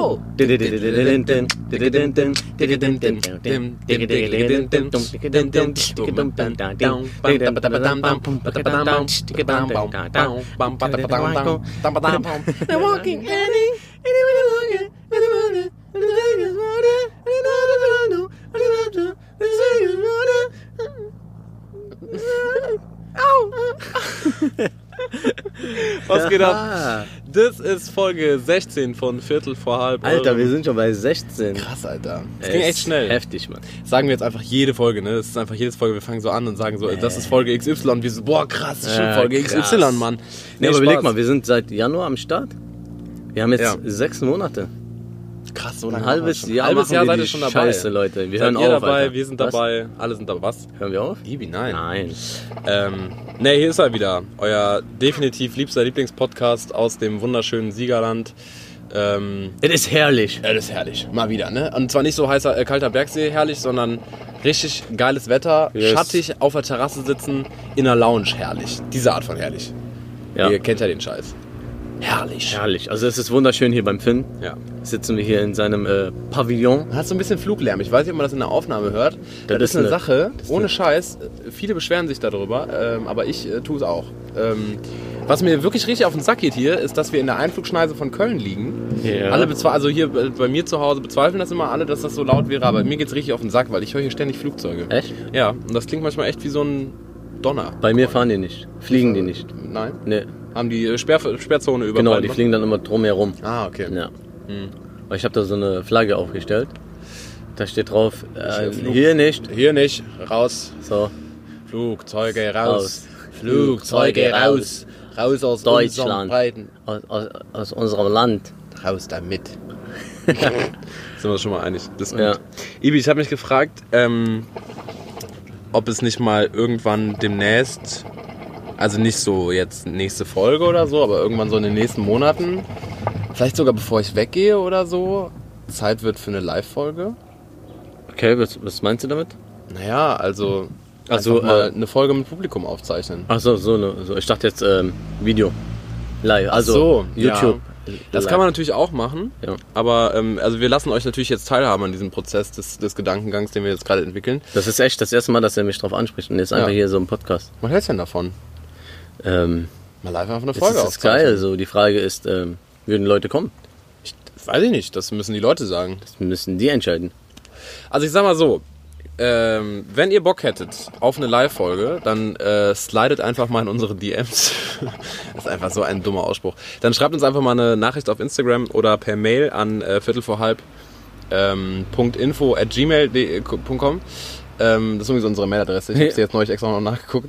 Oh! Was geht ab? Das ist Folge 16 von Viertel vor halb. Alter, wir sind schon bei 16. Krass, Alter. Das ging echt schnell. Heftig, Mann. Sagen wir jetzt einfach jede Folge, ne? Das ist einfach jedes Folge, wir fangen so an und sagen so, das ist Folge XY. Und wir so, boah, krass, das ist schon Folge XY, Mann. Nee, aber überleg mal, wir sind seit Januar am Start. Wir haben jetzt 6 Monate. Krass, so ein lange halbes Jahr seid ihr schon dabei. Scheiße, Leute. Wir hören ihr auf, dabei, Alter. wir sind dabei, alle sind dabei. Was? Hören wir auf? Ibi, nein. Nein. Ne, hier ist er wieder. Euer definitiv liebster Lieblingspodcast aus dem wunderschönen Siegerland. Es ist herrlich. Das ist herrlich. Mal wieder, ne? Und zwar nicht so heißer, kalter Bergsee herrlich, sondern richtig geiles Wetter, schattig auf der Terrasse sitzen, in der Lounge herrlich. Diese Art von herrlich. Ja. Ihr kennt ja den Scheiß. Herrlich. Herrlich. Also es ist wunderschön hier beim Finn. Ja. Sitzen wir hier in seinem Pavillon. Man hat so ein bisschen Fluglärm. Ich weiß nicht, ob man das in der Aufnahme hört. Das ist eine Sache, ohne Scheiß. Viele beschweren sich darüber, aber ich tue es auch. Was mir wirklich richtig auf den Sack geht hier, ist, dass wir in der Einflugschneise von Köln liegen. Ja. Alle also hier bei mir zu Hause bezweifeln das immer alle, dass das so laut wäre, aber mir geht es richtig auf den Sack, weil ich höre hier ständig Flugzeuge. Echt? Ja, und das klingt manchmal echt wie so ein Donner. Bei mir fahren die nicht. Fliegen die nicht. Nein? Nee. Haben die Sperrzone über? Genau, die fliegen dann immer drumherum. Ah, okay. Ja. Ich habe da so eine Flagge aufgestellt. Da steht drauf, hier nicht. Hier nicht, raus. So. Flugzeuge raus. Flugzeuge raus. Raus aus Deutschland. Breiten. Aus unserem Land. Raus damit. Sind wir uns schon mal einig. Das ist gut. Ja. Ibi, ich habe mich gefragt, ob es nicht mal irgendwann demnächst, also nicht so jetzt nächste Folge oder so, aber irgendwann so in den nächsten Monaten, vielleicht sogar bevor ich weggehe oder so, Zeit wird für eine Live-Folge. Okay, was meinst du damit? Naja, also mal eine Folge mit Publikum aufzeichnen. Ach so, so. Ich dachte jetzt Video. Live. Also so, YouTube. Ja. Das kann man natürlich auch machen, ja. Aber also wir lassen euch natürlich jetzt teilhaben an diesem Prozess des Gedankengangs, den wir jetzt gerade entwickeln. Das ist echt das erste Mal, dass er mich drauf anspricht und jetzt einfach hier so im Podcast. Was hältst du denn davon? Mal live einfach eine Folge Das ist geil. So, die Frage ist, würden Leute kommen? Weiß ich nicht, das müssen die Leute sagen. Das müssen die entscheiden. Also ich sag mal so, wenn ihr Bock hättet auf eine Live-Folge, dann slidet einfach mal in unsere DMs. Das ist einfach so ein dummer Ausspruch. Dann schreibt uns einfach mal eine Nachricht auf Instagram oder per Mail an viertelvorhalb.info@gmail.com. Das ist irgendwie unsere Mailadresse. Ich habe sie jetzt neulich extra noch nachgeguckt.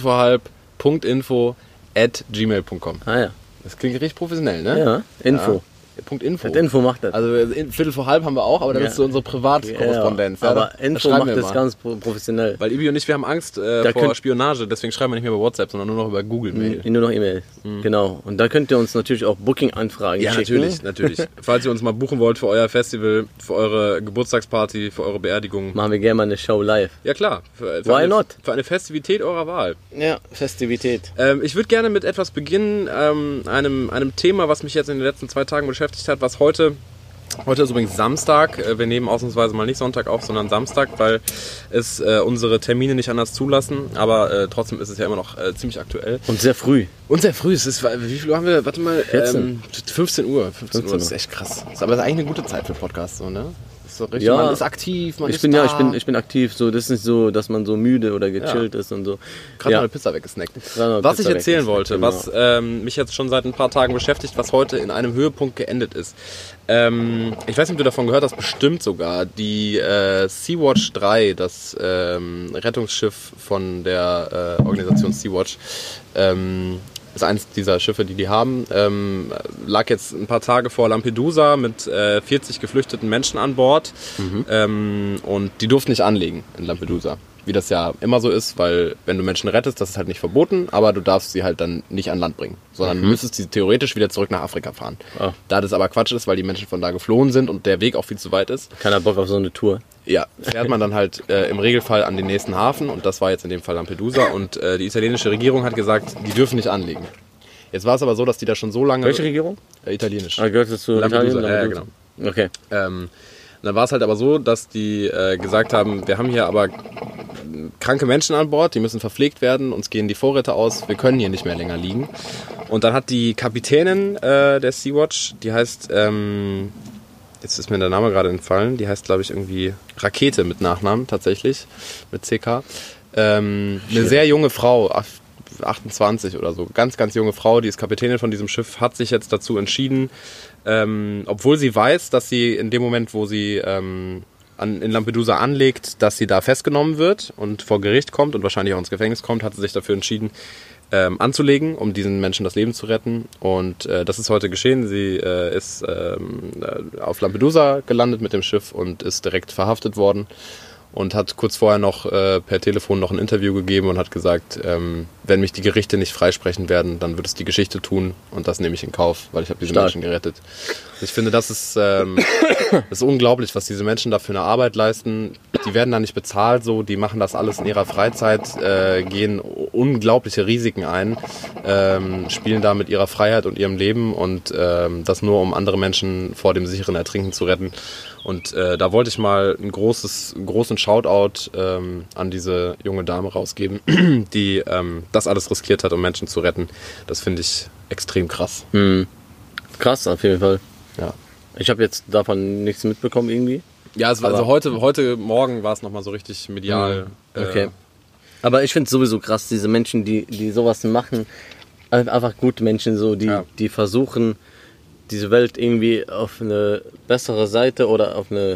viertelvorhalb.info@gmail.com. Ah ja. Das klingt richtig professionell, ne? Ja, Info. Ja. .info. Das Info macht das. Also Viertel vor halb haben wir auch, aber das ist so unsere Privatkorrespondenz. Ja, aber Info macht das ganz professionell. Weil Ibi und ich, wir haben Angst vor Spionage, deswegen schreiben wir nicht mehr über WhatsApp, sondern nur noch über Google-Mail. Nur noch E-Mail, genau. Und da könnt ihr uns natürlich auch Booking-Anfragen schicken. Ja, natürlich. Falls ihr uns mal buchen wollt für euer Festival, für eure Geburtstagsparty, für eure Beerdigung. Machen wir gerne mal eine Show live. Ja klar. Why not? Für eine Festivität eurer Wahl. Ja, Festivität. Ich würde gerne mit etwas beginnen, einem Thema, was mich jetzt in den letzten 2 Tagen beschäftigt hat, was heute ist übrigens Samstag. Wir nehmen ausnahmsweise mal nicht Sonntag auf, sondern Samstag, weil es unsere Termine nicht anders zulassen. Aber trotzdem ist es ja immer noch ziemlich aktuell. Und sehr früh. Es ist, wie viel Uhr haben wir? Warte mal. 15 Uhr. 15 Uhr, das ist echt krass. Aber das ist eigentlich eine gute Zeit für Podcasts, so, ne? So richtig, ja, man ist aktiv, ich bin aktiv, so, das ist nicht so, dass man so müde oder gechillt ist und so. Gerade mal eine Pizza weggesnackt. Was ich erzählen wollte, genau. was mich jetzt schon seit ein paar Tagen beschäftigt, was heute in einem Höhepunkt geendet ist. Ich weiß nicht, ob du davon gehört hast, bestimmt sogar. Die Sea-Watch 3, das Rettungsschiff von der Organisation Sea-Watch, ist eines dieser Schiffe, die haben, lag jetzt ein paar Tage vor Lampedusa mit 40 geflüchteten Menschen an Bord. Und die durften nicht anlegen in Lampedusa. Wie das ja immer so ist, weil wenn du Menschen rettest, das ist halt nicht verboten, aber du darfst sie halt dann nicht an Land bringen, sondern du müsstest sie theoretisch wieder zurück nach Afrika fahren. Oh. Da das aber Quatsch ist, weil die Menschen von da geflohen sind und der Weg auch viel zu weit ist. Keiner Bock auf so eine Tour. Ja, fährt man dann halt im Regelfall an den nächsten Hafen und das war jetzt in dem Fall Lampedusa und die italienische Regierung hat gesagt, die dürfen nicht anlegen. Jetzt war es aber so, dass die da schon so lange... Welche Regierung? Italienisch. Ah, gehört das zu Lampedusa? Italien? Ja, genau. Okay. Dann war es halt aber so, dass die gesagt haben, wir haben hier aber kranke Menschen an Bord, die müssen verpflegt werden, uns gehen die Vorräte aus, wir können hier nicht mehr länger liegen. Und dann hat die Kapitänin der Sea-Watch, die heißt, jetzt ist mir der Name gerade entfallen, die heißt, glaube ich, irgendwie Rakete mit Nachnamen tatsächlich, mit CK. Eine sehr junge Frau, 28 oder so, ganz, ganz junge Frau, die ist Kapitänin von diesem Schiff, hat sich jetzt dazu entschieden, obwohl sie weiß, dass sie in dem Moment, wo sie in Lampedusa anlegt, dass sie da festgenommen wird und vor Gericht kommt und wahrscheinlich auch ins Gefängnis kommt, hat sie sich dafür entschieden, anzulegen, um diesen Menschen das Leben zu retten. Und das ist heute geschehen. Sie ist auf Lampedusa gelandet mit dem Schiff und ist direkt verhaftet worden. Und hat kurz vorher noch per Telefon noch ein Interview gegeben und hat gesagt, wenn mich die Gerichte nicht freisprechen werden, dann wird es die Geschichte tun und das nehme ich in Kauf, weil ich habe diese Menschen gerettet. Ich finde, das ist unglaublich, was diese Menschen da für eine Arbeit leisten. Die werden da nicht bezahlt, so, die machen das alles in ihrer Freizeit, gehen unglaubliche Risiken ein, spielen da mit ihrer Freiheit und ihrem Leben und das nur, um andere Menschen vor dem sicheren Ertrinken zu retten. Und da wollte ich mal einen großen Shoutout an diese junge Dame rausgeben, die das alles riskiert hat, um Menschen zu retten. Das finde ich extrem krass. Mhm. Krass, auf jeden Fall. Ja. Ich habe jetzt davon nichts mitbekommen irgendwie. Ja, also heute Morgen war es nochmal so richtig medial. Okay. Aber ich finde es sowieso krass, diese Menschen, die sowas machen, einfach gute Menschen, so, die versuchen, diese Welt irgendwie auf eine bessere Seite oder auf eine,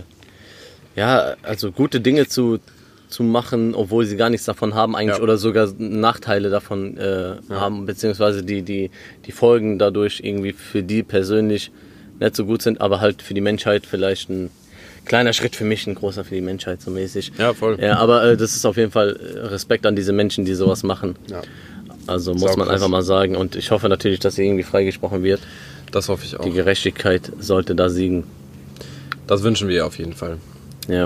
also gute Dinge zu machen, obwohl sie gar nichts davon haben eigentlich oder sogar Nachteile davon haben, beziehungsweise die Folgen dadurch irgendwie für die persönlich nicht so gut sind, aber halt für die Menschheit vielleicht ein kleiner Schritt für mich, ein großer für die Menschheit so mäßig. Ja, voll. Ja, aber das ist auf jeden Fall Respekt an diese Menschen, die sowas machen. Ja. Also muss man einfach mal sagen und ich hoffe natürlich, dass sie irgendwie freigesprochen wird. Das hoffe ich auch. Die Gerechtigkeit sollte da siegen. Das wünschen wir ihr auf jeden Fall. Ja,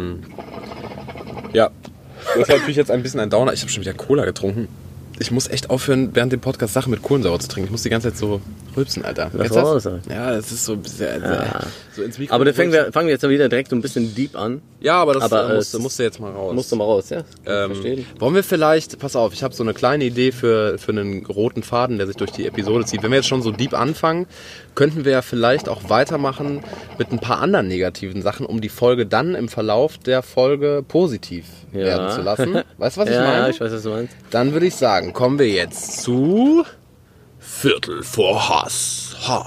das war natürlich jetzt ein bisschen ein Downer. Ich habe schon wieder Cola getrunken. Ich muss echt aufhören, während dem Podcast Sachen mit Kohlensäure zu trinken. Ich muss die ganze Zeit so rülpsen, Alter. Lass raus, Alter. Ja, das ist so sehr so ins Mikro. Aber dann fangen wir jetzt wieder direkt so ein bisschen deep an. Ja, aber das musste jetzt mal raus. Musste mal raus, ja. Verstehen. Wollen wir vielleicht, pass auf, ich habe so eine kleine Idee für einen roten Faden, der sich durch die Episode zieht. Wenn wir jetzt schon so deep anfangen, könnten wir ja vielleicht auch weitermachen mit ein paar anderen negativen Sachen, um die Folge dann im Verlauf der Folge positiv werden zu lassen. Weißt du, was ich meine? Ja, ich weiß, was du meinst. Dann würde ich sagen, kommen wir jetzt zu Viertel vor Hass.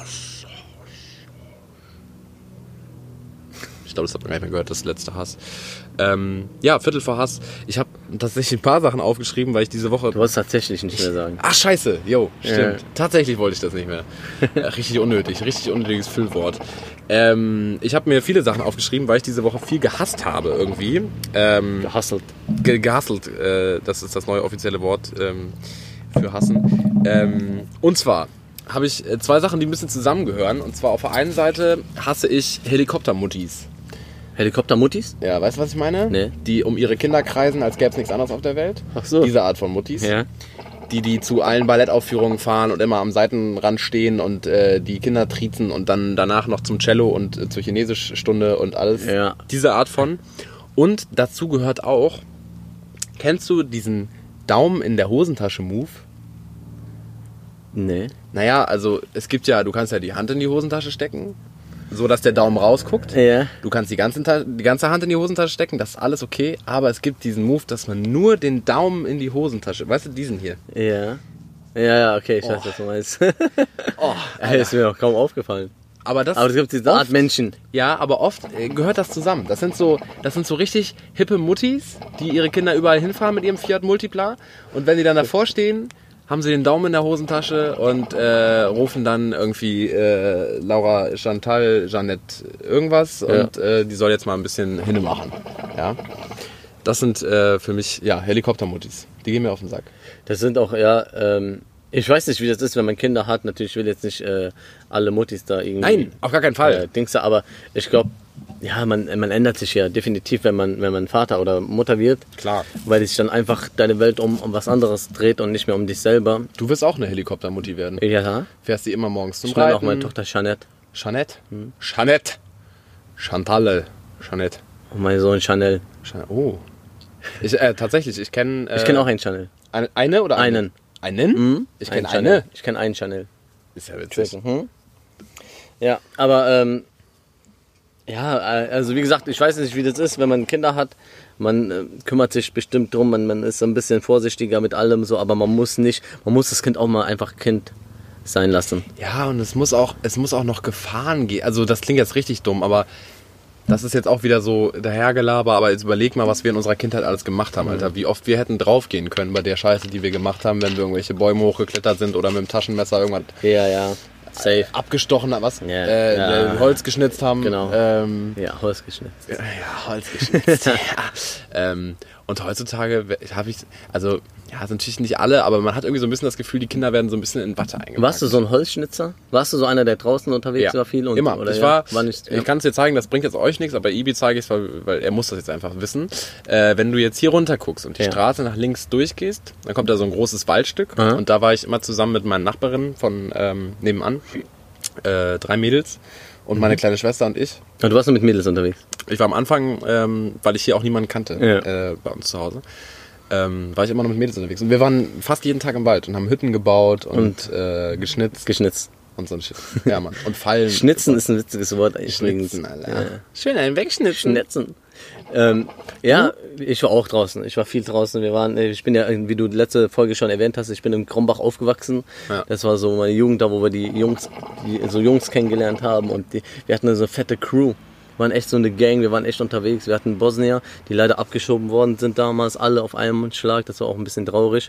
Ich glaube, das hat man gar nicht mehr gehört, das letzte Hass. Viertel vor Hass. Ich habe tatsächlich ein paar Sachen aufgeschrieben, weil ich diese Woche... Du wolltest tatsächlich nicht mehr sagen. Ach, scheiße. Jo, stimmt. Ja. Tatsächlich wollte ich das nicht mehr. Richtig unnötiges Füllwort. Ich habe mir viele Sachen aufgeschrieben, weil ich diese Woche viel gehasst habe irgendwie. Gehasselt. Gehasselt, das ist das neue offizielle Wort für hassen. Und zwar habe ich zwei Sachen, die ein bisschen zusammengehören. Und zwar auf der einen Seite hasse ich Helikoptermuttis. Helikoptermuttis? Ja, weißt du, was ich meine? Nee. Die um ihre Kinder kreisen, als gäbe es nichts anderes auf der Welt. Ach so. Diese Art von Muttis. Ja. Die zu allen Ballettaufführungen fahren und immer am Seitenrand stehen und die Kinder triezen und dann danach noch zum Cello und zur Chinesischstunde und alles. Ja. Diese Art von. Und dazu gehört auch, kennst du diesen Daumen in der Hosentasche-Move? Nee. Naja, also es gibt ja, du kannst ja die Hand in die Hosentasche stecken, so dass der Daumen rausguckt. Ja. Du kannst die ganze Hand in die Hosentasche stecken, das ist alles okay. Aber es gibt diesen Move, dass man nur den Daumen in die Hosentasche, weißt du, diesen hier. Ja. Ja, okay, ich weiß, was du meinst. Ist mir auch kaum aufgefallen. Aber es gibt diese Art Menschen. Ja, aber oft gehört das zusammen. Das sind so richtig hippe Muttis, die ihre Kinder überall hinfahren mit ihrem Fiat Multipla. Und wenn die dann davor stehen, haben sie den Daumen in der Hosentasche und rufen dann irgendwie Laura, Chantal, Jeanette irgendwas und die soll jetzt mal ein bisschen hinmachen. Ja? Das sind für mich Helikoptermuttis. Die gehen mir auf den Sack. Das sind auch, ich weiß nicht, wie das ist, wenn man Kinder hat. Natürlich will jetzt nicht alle Muttis da irgendwie... Nein, auf gar keinen Fall. Aber ich glaube, man ändert sich ja definitiv, wenn man Vater oder Mutter wird. Klar. Weil sich dann einfach deine Welt um was anderes dreht und nicht mehr um dich selber. Du wirst auch eine Helikoptermutti werden. Ja. Fährst die immer morgens zum Ich nenne Reiten. auch meine Tochter Jeanette. Jeanette? Jeanette. Chantal. Jeanette. Und mein Sohn Chanel. Oh. Tatsächlich, ich kenne... ich kenne auch einen Chanel. Eine oder einen? Einen? Mhm. Ich kenne Chanel. eine. Ich kenne einen Chanel. Ist ja witzig. Ja, aber ja, also wie gesagt, ich weiß nicht, wie das ist, wenn man Kinder hat. Man kümmert sich bestimmt drum, man ist ein bisschen vorsichtiger mit allem so, aber man muss das Kind auch mal einfach Kind sein lassen. Ja, und es muss auch noch Gefahren geben. Also das klingt jetzt richtig dumm, aber das ist jetzt auch wieder so dahergelaber, aber jetzt überleg mal, was wir in unserer Kindheit alles gemacht haben, Alter. Wie oft wir hätten draufgehen können bei der Scheiße, die wir gemacht haben, wenn wir irgendwelche Bäume hochgeklettert sind oder mit dem Taschenmesser irgendwas Safe. abgestochen haben, Holz geschnitzt haben. Genau. Holz geschnitzt. Ja, Holz geschnitzt. Und heutzutage habe ich, also, ja, sind natürlich nicht alle, aber man hat irgendwie so ein bisschen das Gefühl, die Kinder werden so ein bisschen in Watte eingepackt. Warst du so ein Holzschnitzer? Warst du so einer, der draußen unterwegs war viel? Immer. Oder Ich kann es dir zeigen, das bringt jetzt euch nichts, aber Ibi zeige ich es, weil er muss das jetzt einfach wissen. Wenn du jetzt hier runter guckst und die Straße nach links durchgehst, dann kommt da so ein großes Waldstück. Und da war ich immer zusammen mit meinen Nachbarinnen von nebenan, 3 Mädels und meine kleine Schwester und ich. Und du warst nur mit Mädels unterwegs? Ich war am Anfang, weil ich hier auch niemanden kannte, bei uns zu Hause, war ich immer noch mit Mädels unterwegs. Und wir waren fast jeden Tag im Wald und haben Hütten gebaut und geschnitzt. Und so ein Shit. Ja, Mann. Und Fallen. Schnitzen ist ein witziges Wort eigentlich. Schnitzen, Alter. Ja. Schön einen wegschnitzen. Ich war auch draußen. Ich war viel draußen. Ich bin ja, wie du letzte Folge schon erwähnt hast, ich bin in Krombach aufgewachsen. Ja. Das war so meine Jugend, da wo wir die Jungs kennengelernt haben und wir hatten so eine fette Crew. Wir waren echt so eine Gang, wir waren echt unterwegs. Wir hatten Bosnier, die leider abgeschoben worden sind damals, alle auf einem Schlag. Das war auch ein bisschen traurig.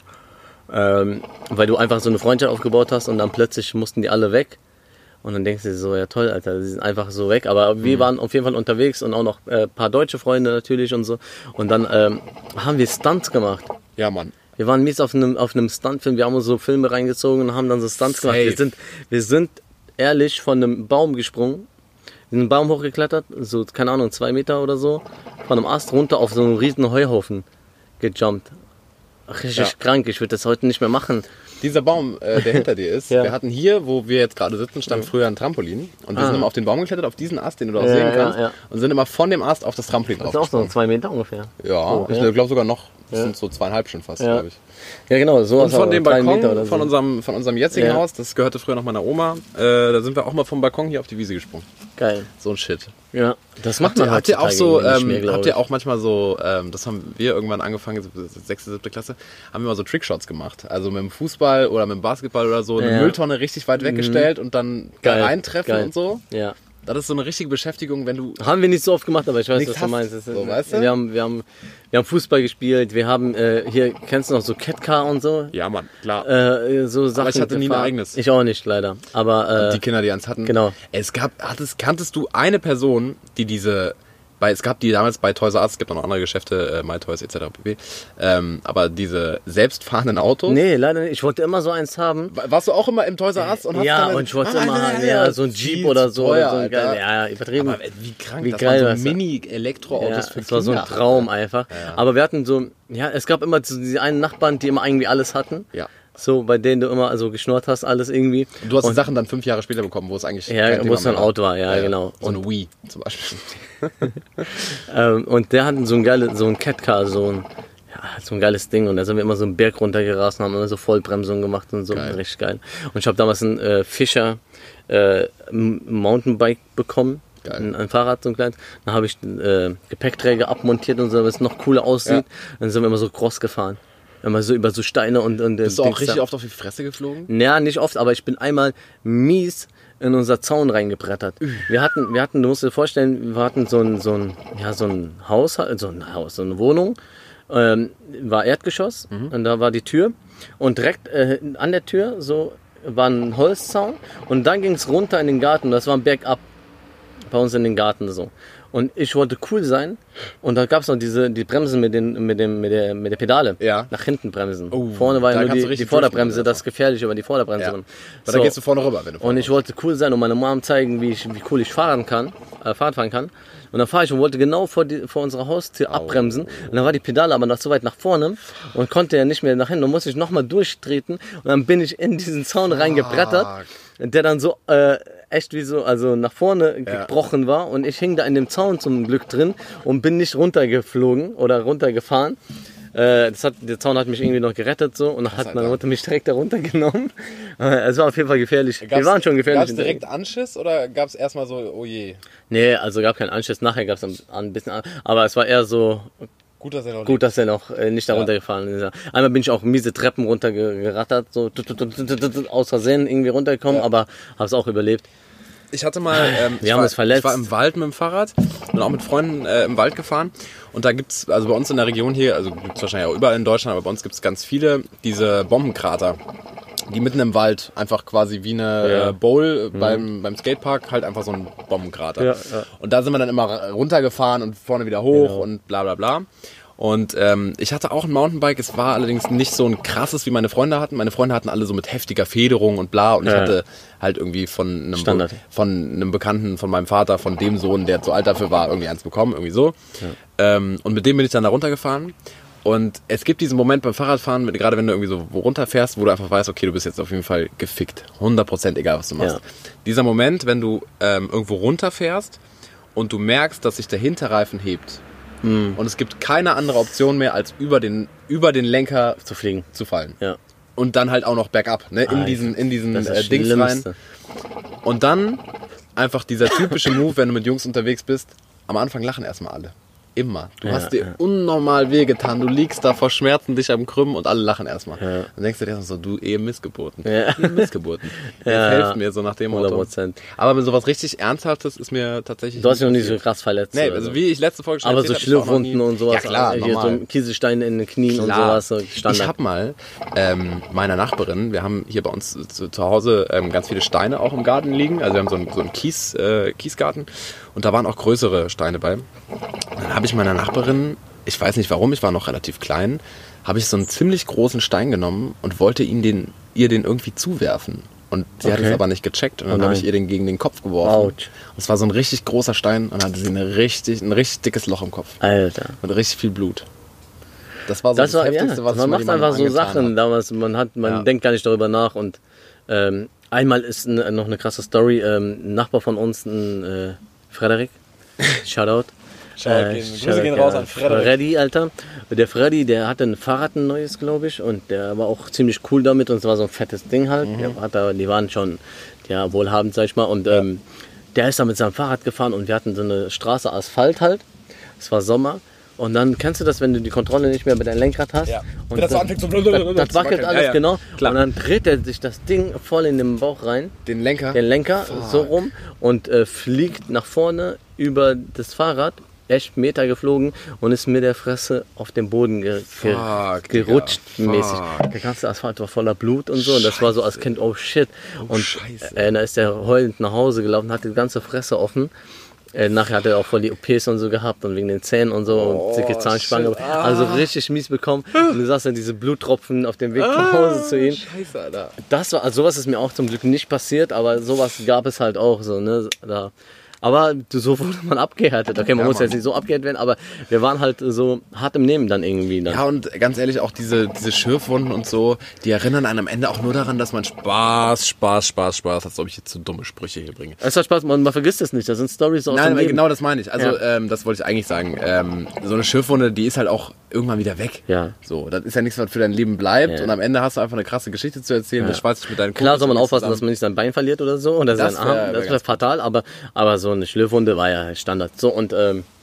Weil du einfach so eine Freundschaft aufgebaut hast und dann plötzlich mussten die alle weg. Und dann denkst du dir so, ja toll, Alter, die sind einfach so weg. Aber wir waren auf jeden Fall unterwegs und auch noch ein paar deutsche Freunde natürlich und so. Und dann haben wir Stunts gemacht. Ja, Mann. Wir waren mies auf einem Stuntfilm, wir haben uns so Filme reingezogen und haben dann so Stunts gemacht. Wir sind ehrlich von einem Baum gesprungen, in einen Baum hochgeklettert, so, keine Ahnung, 2 Meter oder so, von einem Ast runter auf so einen riesen Heuhaufen gejumpt. Richtig krank, ich würde das heute nicht mehr machen. Dieser Baum, der hinter dir ist, wir hatten hier, wo wir jetzt gerade sitzen, stand früher ein Trampolin. Und wir sind immer auf den Baum geklettert, auf diesen Ast, den du da auch sehen kannst. Und sind immer von dem Ast auf das Trampolin drauf. Das ist auch so 2 Meter ungefähr. Ja, ich glaube sogar noch. Das sind so 2,5 schon fast, glaube ich. Ja, genau. So und von dem Balkon, von unserem jetzigen Haus, das gehörte früher noch meiner Oma, da sind wir auch mal vom Balkon hier auf die Wiese gesprungen. Geil. So ein Shit. Ja, das macht man habt ihr auch so, habt ihr auch manchmal so, das haben wir irgendwann angefangen, 6., 7. Klasse, haben wir mal so Trickshots gemacht. Also mit dem Fußball oder mit dem Basketball oder so, eine Mülltonne richtig weit weggestellt und dann da reintreffen und so. Ja. Das ist so eine richtige Beschäftigung, wenn du... Haben wir nicht so oft gemacht, aber ich weiß, was du meinst. So, weißt du? Wir haben Fußball gespielt, wir haben hier, kennst du noch so Catcar und so? Ja, Mann, klar. So Sachen. Aber ich hatte nie ein eigenes. Ich auch nicht, leider. Aber die Kinder, die eins hatten. Genau. Kanntest du eine Person, die diese... Es gab die damals bei Toys R Us, es gibt auch noch andere Geschäfte, MyToys etc. pp. Aber diese selbstfahrenden Autos... Nee, leider nicht. Ich wollte immer so eins haben. Warst du auch immer im Toys R Us? Und ja, und ich wollte immer haben, so ein Jeep oder so. Teuer, so ein geil, übertrieben. Aber wie krank, wie das geil waren so Mini-Elektroautos für Kinder. Das war so ein Traum einfach. Ja. Aber wir hatten so... Ja, es gab immer diese einen Nachbarn, die immer irgendwie alles hatten. Ja. So, bei denen du immer so geschnurrt hast, alles irgendwie. Und du hast die Sachen dann 5 Jahre später bekommen, wo es eigentlich wo es so ein Auto war, genau. So eine Wii zum Beispiel. Und der hatte so ein Catcar, so ein geiles Ding. Und da sind wir immer so einen Berg runtergerast und haben immer so Vollbremsung gemacht und so. Geil. Richtig geil. Und ich habe damals ein Fischer Mountainbike bekommen. Ein Fahrrad, so ein kleines. Dann habe ich den Gepäckträger abmontiert und so, damit es noch cooler aussieht. Ja. Dann sind wir immer so cross gefahren. Immer so über so Steine und bist du auch richtig oft auf die Fresse geflogen? Ja, nicht oft, aber ich bin einmal mies in unser Zaun reingebrettert. Wir hatten, du musst dir vorstellen, wir hatten so ein Haus, so eine Wohnung, war Erdgeschoss und da war die Tür und direkt an der Tür so war ein Holzzaun und dann ging es runter in den Garten, das war ein Bergab bei uns in den Garten so. Und ich wollte cool sein. Und da gab es noch die Bremsen mit der Pedale. Ja. Nach hinten bremsen. Vorne war ja nur die Vorderbremse, das ist gefährlich, aber die Vorderbremse. Ja. Weil da gehst du vorne rüber, wenn du Und ich wollte cool sein und meiner Mom zeigen, wie cool ich Fahrrad fahren kann. Und dann fahre ich und wollte genau vor unserer Haustür abbremsen. Und dann war die Pedale aber noch so weit nach vorne und konnte ja nicht mehr nach hinten. Dann musste ich nochmal durchtreten. Und dann bin ich in diesen Zaun reingebrettert, der dann so echt wie so, also nach vorne gebrochen war und ich hing da in dem Zaun zum Glück drin und bin nicht runtergeflogen oder runtergefahren. Der Zaun hat mich irgendwie noch gerettet so und dann hat meine Mutter mich direkt da runtergenommen. Es war auf jeden Fall gefährlich. Wir waren schon gefährlich. Gab es direkt Anschiss oder gab es erstmal so, oh je? Nee, also gab keinen Anschiss. Nachher gab es ein bisschen, aber es war eher so... Gut, dass er noch nicht da runtergefahren ist. Einmal bin ich auch miese Treppen runtergerattert, so aus Versehen irgendwie runtergekommen, aber habe es auch überlebt. Ich hatte mal, ich war im Wald mit dem Fahrrad und auch mit Freunden im Wald gefahren. Und da gibt's, also bei uns in der Region hier, also gibt's wahrscheinlich auch überall in Deutschland, aber bei uns gibt's ganz viele diese Bombenkrater, die mitten im Wald einfach quasi wie eine Bowl beim Skatepark, halt einfach so ein Bombenkrater. Ja. Und da sind wir dann immer runtergefahren und vorne wieder hoch und bla bla bla. Und ich hatte auch ein Mountainbike, es war allerdings nicht so ein krasses, wie meine Freunde hatten. Meine Freunde hatten alle so mit heftiger Federung und bla. Und ich hatte halt irgendwie von einem Bekannten, von meinem Vater, von dem Sohn, der zu alt dafür war, irgendwie eins bekommen, irgendwie so. Ja. Und mit dem bin ich dann da runtergefahren. Und es gibt diesen Moment beim Fahrradfahren, gerade wenn du irgendwie so wo runterfährst, wo du einfach weißt, okay, du bist jetzt auf jeden Fall gefickt. 100% egal, was du machst. Ja. Dieser Moment, wenn du irgendwo runterfährst und du merkst, dass sich der Hinterreifen hebt. Und es gibt keine andere Option mehr, als über den Lenker zu fliegen, zu fallen. Ja. Und dann halt auch noch bergab, ne? In diesen Dings rein. Und dann einfach dieser typische Move, wenn du mit Jungs unterwegs bist, am Anfang lachen erstmal alle. Immer. Du hast dir unnormal wehgetan, du liegst da vor Schmerzen, dich am Krümmen und alle lachen erstmal. Ja. Dann denkst du dir so, du Missgeburten. Ja. Missgeburten. Jetzt helft mir so nach dem Motto. 100%. Aber mit sowas richtig Ernsthaftes ist mir tatsächlich... Du hast dich noch nicht so krass verletzt. Nee, also wie ich letzte Folge schon erzählt habe. Aber so Schlürfwunden und sowas. Ja klar, hier so Kieselsteine in den Knien und sowas. So Standard. Ich habe mal meiner Nachbarin, wir haben hier bei uns zu Hause ganz viele Steine auch im Garten liegen. Also wir haben so einen Kiesgarten. Und da waren auch größere Steine bei. Dann habe ich meiner Nachbarin, ich weiß nicht warum, ich war noch relativ klein, habe ich so einen ziemlich großen Stein genommen und wollte ihr den irgendwie zuwerfen. Und sie hat es aber nicht gecheckt. Und dann habe ich ihr den gegen den Kopf geworfen. Und es war so ein richtig großer Stein und hatte sie ein richtig dickes Loch im Kopf. Alter. Und richtig viel Blut. Das war so das Heftigste, was man macht einfach so Sachen damals. Man denkt gar nicht darüber nach. Und einmal ist noch eine krasse Story. Ein Nachbar von uns, ein Frederik, Shoutout. Grüße gehen raus an Freddy, Alter. Der Freddy, der hatte ein Fahrrad, ein neues, glaube ich, und der war auch ziemlich cool damit und es war so ein fettes Ding halt. Die waren schon wohlhabend, sag ich mal, und der ist da mit seinem Fahrrad gefahren und wir hatten so eine Straße Asphalt halt. Es war Sommer. Und dann kennst du das, wenn du die Kontrolle nicht mehr bei deinem Lenkrad hast. Ja. Und das so anfängt zu das wackelt alles, genau. Klar. Und dann dreht er sich das Ding voll in den Bauch rein. Den Lenker so rum und fliegt nach vorne über das Fahrrad. Echt Meter geflogen und ist mit der Fresse auf den Boden gerutscht mäßig. Der ganze Asphalt war voller Blut und so. Und das war so als Kind, oh shit. Und da ist der heulend nach Hause gelaufen, hatte die ganze Fresse offen. Nachher hat er auch voll die OPs und so gehabt und wegen den Zähnen und so und dicke Zahnspange. Also richtig mies bekommen. Und du sagst dann diese Bluttropfen auf dem Weg nach Hause zu ihm. Scheiße, Alter. Sowas ist mir auch zum Glück nicht passiert, aber sowas gab es halt auch so, ne? Aber so wurde man abgehärtet. Okay, man muss jetzt nicht so abgehärtet werden, aber wir waren halt so hart im Nehmen dann irgendwie. Dann. Ja, und ganz ehrlich, auch diese Schürfwunden und so, die erinnern einen am Ende auch nur daran, dass man Spaß hat, als ob ich jetzt so dumme Sprüche hier bringe. Es hat Spaß, man vergisst es nicht, das sind Storys aus dem Leben. Genau das meine ich. Also das wollte ich eigentlich sagen. So eine Schürfwunde, die ist halt auch irgendwann wieder weg. Ja. So, das ist ja nichts, was für dein Leben bleibt und am Ende hast du einfach eine krasse Geschichte zu erzählen, das schweißt dich mit deinen Kumpels. Klar soll man aufpassen, dass man nicht sein Bein verliert oder so und das wäre fatal, aber so eine Schlürfwunde war ja Standard. So und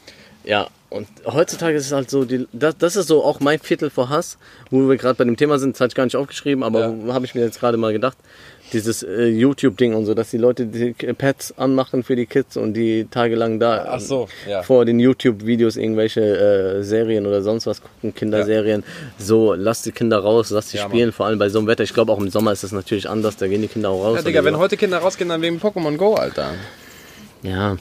und heutzutage ist es halt so, das ist so auch mein Viertel vor Hass, wo wir gerade bei dem Thema sind, das hatte ich gar nicht aufgeschrieben, aber habe ich mir jetzt gerade mal gedacht, dieses YouTube-Ding und so, dass die Leute die Pads anmachen für die Kids und die tagelang da vor den YouTube-Videos irgendwelche Serien oder sonst was gucken, Kinderserien, so, lass die Kinder raus, lass sie spielen, vor allem bei so einem Wetter. Ich glaube auch im Sommer ist das natürlich anders, da gehen die Kinder auch raus. Ja, Digga, wenn heute Kinder rausgehen, dann wegen Pokémon Go, Alter. Ja,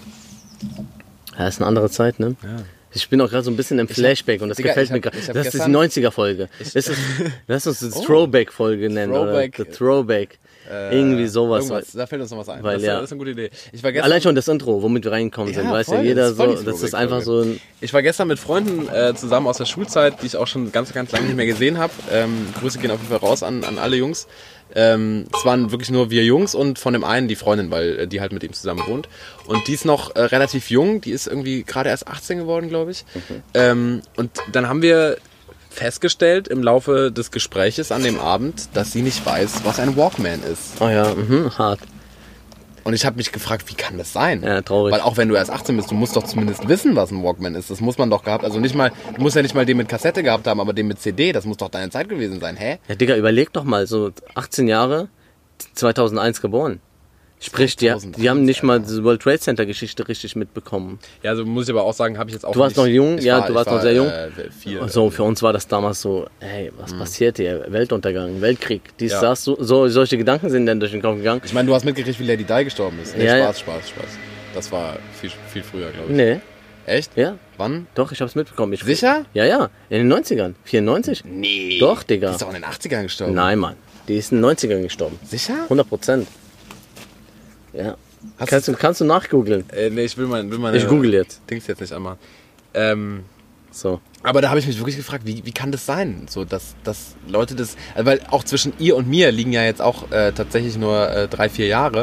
ist eine andere Zeit, ne? Ja. Ich bin auch gerade so ein bisschen im Flashback und das gefällt mir gerade. Das ist die 90er-Folge. Lass uns die Throwback-Folge nennen. Throwback. Oder The Throwback. Irgendwie sowas. Da fällt uns noch was ein. Weil, das ist eine gute Idee. Ich war allein schon das Intro, womit wir reingekommen sind, weißt du, jeder so, das ist einfach so ein... Ich war gestern mit Freunden zusammen aus der Schulzeit, die ich auch schon ganz, ganz lange nicht mehr gesehen habe. Grüße gehen auf jeden Fall raus an alle Jungs. Es waren wirklich nur wir Jungs und von dem einen die Freundin, weil die halt mit ihm zusammen wohnt. Und die ist noch relativ jung, die ist irgendwie gerade erst 18 geworden, glaube ich. Und dann haben wir festgestellt im Laufe des Gespräches an dem Abend, dass sie nicht weiß, was ein Walkman ist. Oh ja, hart. Und ich habe mich gefragt, wie kann das sein? Ja, traurig. Weil auch wenn du erst 18 bist, du musst doch zumindest wissen, was ein Walkman ist. Das muss man doch gehabt. Also nicht mal, du musst ja nicht mal den mit Kassette gehabt haben, aber den mit CD, das muss doch deine Zeit gewesen sein. Hä? Ja, Digga, überleg doch mal, so 18 Jahre, 2001 geboren. Sprich, die haben nicht mal die World Trade Center Geschichte richtig mitbekommen. Ja, also muss ich aber auch sagen, habe ich jetzt auch Du warst noch jung, du warst noch sehr jung. 4. So, für uns war das damals so, hey, was passiert hier? Weltuntergang, Weltkrieg, solche Gedanken sind dann durch den Kopf gegangen. Ich meine, du hast mitgekriegt, wie Lady Di gestorben ist. Nee, ja, Spaß. Das war viel früher, glaube ich. Nee. Echt? Ja. Wann? Doch, ich hab's mitbekommen. Sicher? Ja, in den 90ern. 94? Nee. Doch, Digga. Die ist doch in den 80ern gestorben. Nein, Mann. Die ist in den 90ern gestorben. Sicher? 100%. Ja. Kannst du nachgoogeln? Nee, ich will mal. Ich google jetzt. Dings jetzt nicht einmal. So. Aber da habe ich mich wirklich gefragt, wie kann das sein? So, dass Leute das. Also weil auch zwischen ihr und mir liegen ja jetzt auch tatsächlich nur 3-4 Jahre.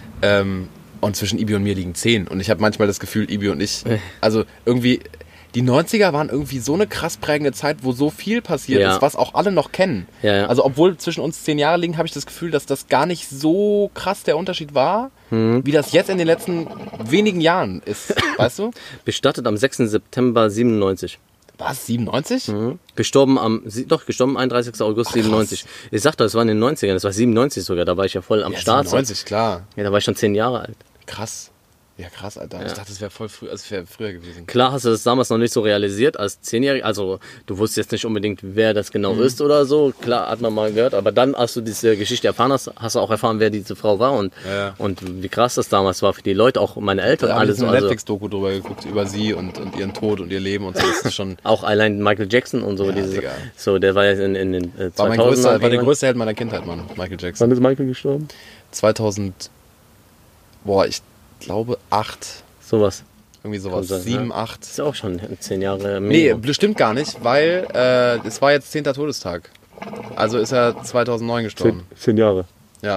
Und zwischen Ibi und mir liegen 10. Und ich habe manchmal das Gefühl, Ibi und ich. Also irgendwie. Die 90er waren irgendwie so eine krass prägende Zeit, wo so viel passiert ist, was auch alle noch kennen. Ja. Also obwohl zwischen uns 10 Jahre liegen, habe ich das Gefühl, dass das gar nicht so krass der Unterschied war, wie das jetzt in den letzten wenigen Jahren ist. Weißt du? Bestattet am 6. September 97. Was? 97? Gestorben am 31. August 97. Ich sag doch, es war in den 90ern, das war 97 sogar, da war ich ja voll am Start. 97, klar. Ja, da war ich schon 10 Jahre alt. Krass. Ja, krass, Alter. Ja. Ich dachte, das wäre voll früh, also wäre früher gewesen. Klar hast du das damals noch nicht so realisiert als 10-Jähriger. Also du wusstest jetzt nicht unbedingt, wer das genau ist oder so. Klar, hat man mal gehört. Aber dann, als du diese Geschichte erfahren hast, hast du auch erfahren, wer diese Frau war und wie krass das damals war für die Leute, auch meine Eltern. Da habe ich eine Netflix-Doku drüber geguckt, über sie und ihren Tod und ihr Leben und so. Das ist schon auch allein Michael Jackson und so. So, der war ja in den 2000 war der größte Held meiner Kindheit, Mann. Michael Jackson. Wann ist Michael gestorben? 2000, ich glaube 8. Sowas. Irgendwie sowas. 7, 8. Das ist auch schon 10 Jahre mehr. Nee, bestimmt gar nicht, weil es war jetzt 10. Todestag. Also ist er 2009 gestorben. 10 Jahre. Ja.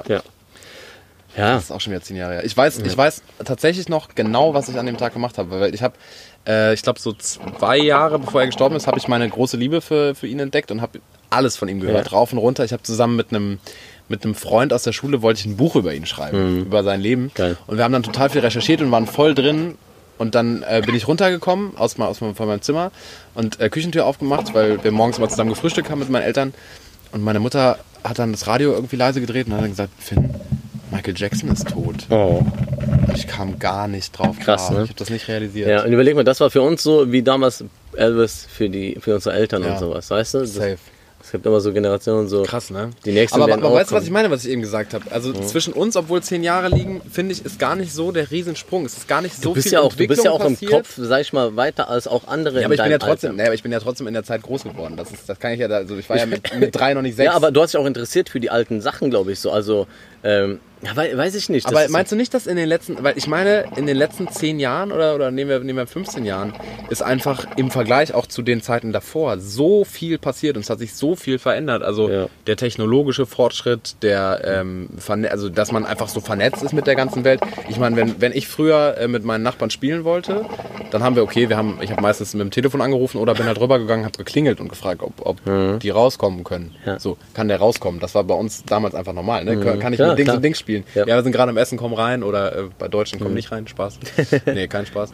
Das ist auch schon wieder 10 Jahre her. Ich weiß tatsächlich noch genau, was ich an dem Tag gemacht habe. Weil ich habe, ich glaube so 2 Jahre bevor er gestorben ist, habe ich meine große Liebe für ihn entdeckt und habe alles von ihm gehört. Rauf und runter. Ich habe zusammen mit einem Freund aus der Schule wollte ich ein Buch über ihn schreiben, über sein Leben. Geil. Und wir haben dann total viel recherchiert und waren voll drin. Und dann bin ich runtergekommen von meinem Zimmer und Küchentür aufgemacht, weil wir morgens mal zusammen gefrühstückt haben mit meinen Eltern. Und meine Mutter hat dann das Radio irgendwie leise gedreht und hat dann gesagt, Finn, Michael Jackson ist tot. Oh. Und ich kam gar nicht drauf. Krass, ne? Ich habe das nicht realisiert. Ja, und überleg mal, das war für uns so wie damals Elvis für unsere Eltern und sowas, weißt du? Safe. Es gibt immer so Generationen so. Krass, ne? Die nächsten aber werden auch weißt du, kommen. was ich meine, was ich eben gesagt habe? Also zwischen uns, obwohl 10 Jahre liegen, finde ich, ist gar nicht so der Riesensprung. Es ist gar nicht so viel Entwicklung Du bist ja auch passiert. im Kopf, sag ich mal, weiter als auch andere. Ja, aber ich bin ja trotzdem in der Zeit groß geworden. Das kann ich ja, also ich war ja mit 3 noch nicht 6. Ja, aber du hast dich auch interessiert für die alten Sachen, glaube ich so. Also, weiß ich nicht. Aber meinst du nicht, dass in den letzten, weil ich meine, in den letzten 10 Jahren oder nehmen wir 15 Jahren, ist einfach im Vergleich auch zu den Zeiten davor so viel passiert und es hat sich so viel verändert. Also der technologische Fortschritt, also dass man einfach so vernetzt ist mit der ganzen Welt. Ich meine, wenn ich früher mit meinen Nachbarn spielen wollte, dann haben wir, ich habe meistens mit dem Telefon angerufen oder bin halt rübergegangen, habe geklingelt und gefragt, ob die rauskommen können. Ja. So, kann der rauskommen? Das war bei uns damals einfach normal. Ne? Kann ich mit Dings und Dings spielen? Ja, wir sind gerade am Essen, komm rein oder bei Deutschen komm nicht rein, Spaß. Nee, kein Spaß.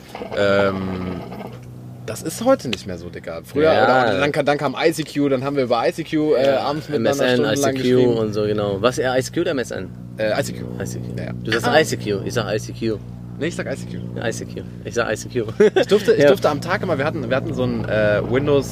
Das ist heute nicht mehr so, Digga. Früher, oder dann kam ICQ, dann haben wir über ICQ abends miteinander stundenlang geschrieben. Und so, genau. Was, ICQ oder MSN? ICQ. Ja. Du sagst ICQ, ich sag ICQ. Nee, ich sag ICQ. ICQ. Ich sag ICQ. Ich durfte am Tag immer, wir hatten so ein Windows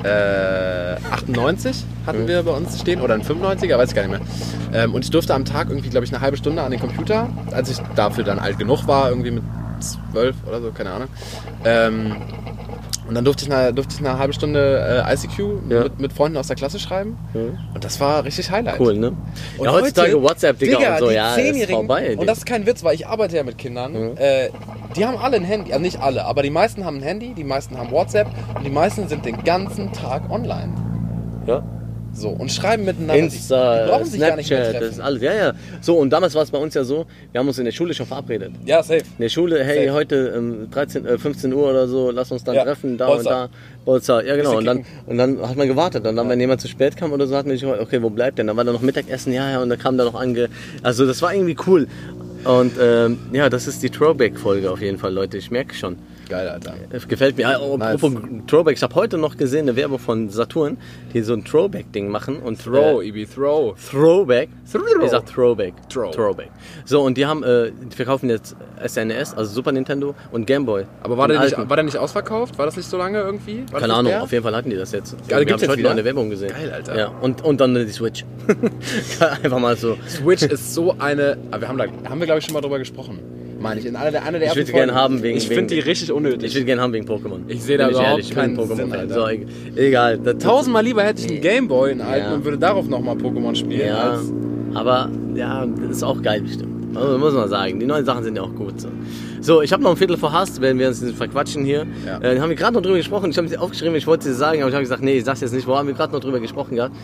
98 hatten wir bei uns stehen, oder ein 95er, weiß ich gar nicht mehr. Und ich durfte am Tag irgendwie, glaube ich, eine halbe Stunde an den Computer, als ich dafür dann alt genug war, irgendwie mit 12 oder so, keine Ahnung. Und dann durfte ich eine halbe Stunde ICQ mit Freunden aus der Klasse schreiben. Und das war richtig Highlight. Cool, ne? Und ja, heutzutage WhatsApp, Digga, und so, die ja, ist vorbei. Und das ist kein Witz, weil ich arbeite ja mit Kindern. Die haben alle ein Handy, also nicht alle, aber die meisten haben ein Handy, die meisten haben WhatsApp und die meisten sind den ganzen Tag online. Ja. So, und schreiben miteinander. Insta, die brauchen sich gar nicht mehr Snapchat, treffen. das ist alles. Ja, ja. So, und damals war es bei uns ja so, wir haben uns in der Schule schon verabredet. Ja, safe. In der Schule, hey, Safe. heute 15 Uhr oder so, lass uns dann treffen, da Bolzer. und da. Bolzer, ja genau. Und Bisschen dann hat man gewartet. Und dann, wenn jemand zu spät kam oder so, hat man sich, okay, wo bleibt denn? Dann war da noch Mittagessen, ja, und da kam da noch Also das war irgendwie cool. Und ja, das ist die Throwback-Folge auf jeden Fall, Leute. Ich merke schon. Geil, Alter. Gefällt mir. Apropos Throwback, ich habe heute noch gesehen eine Werbung von Saturn, die so ein Throwback-Ding machen. Und, Throw. Throwback. Throw. Ich sag Throwback. Throwback. So, und die verkaufen jetzt SNES, also Super Nintendo und Game Boy. Aber war der nicht ausverkauft? War das nicht so lange irgendwie? Keine Ahnung, auf jeden Fall hatten die das jetzt. Ja, wir haben heute noch eine Werbung gesehen. Geil, Alter. Ja, und dann die Switch. Einfach mal so. Switch ist so eine... Aber haben wir glaube ich schon mal drüber gesprochen. Meine ich, in einer der ersten Ich würde gerne haben wegen... Ich finde die richtig unnötig. Ich würde gerne haben wegen Pokémon. Ich sehe da überhaupt ich bin keinen Pokémon Sinn, Fan. Alter. So, egal. Tausendmal lieber hätte ich einen Gameboy, einen alten, Ja. und würde darauf nochmal Pokémon spielen. Ja, Als aber ja, das ist auch geil bestimmt. Also, muss man sagen, die neuen Sachen sind ja auch gut. So, ich habe noch ein Viertel vor Hast, wenn wir uns verquatschen hier. Ja. Haben wir gerade noch drüber gesprochen. Ich habe es aufgeschrieben, ich wollte es sagen, aber ich habe gesagt, nee, ich sag's jetzt nicht. Wo haben wir gerade noch drüber gesprochen gehabt?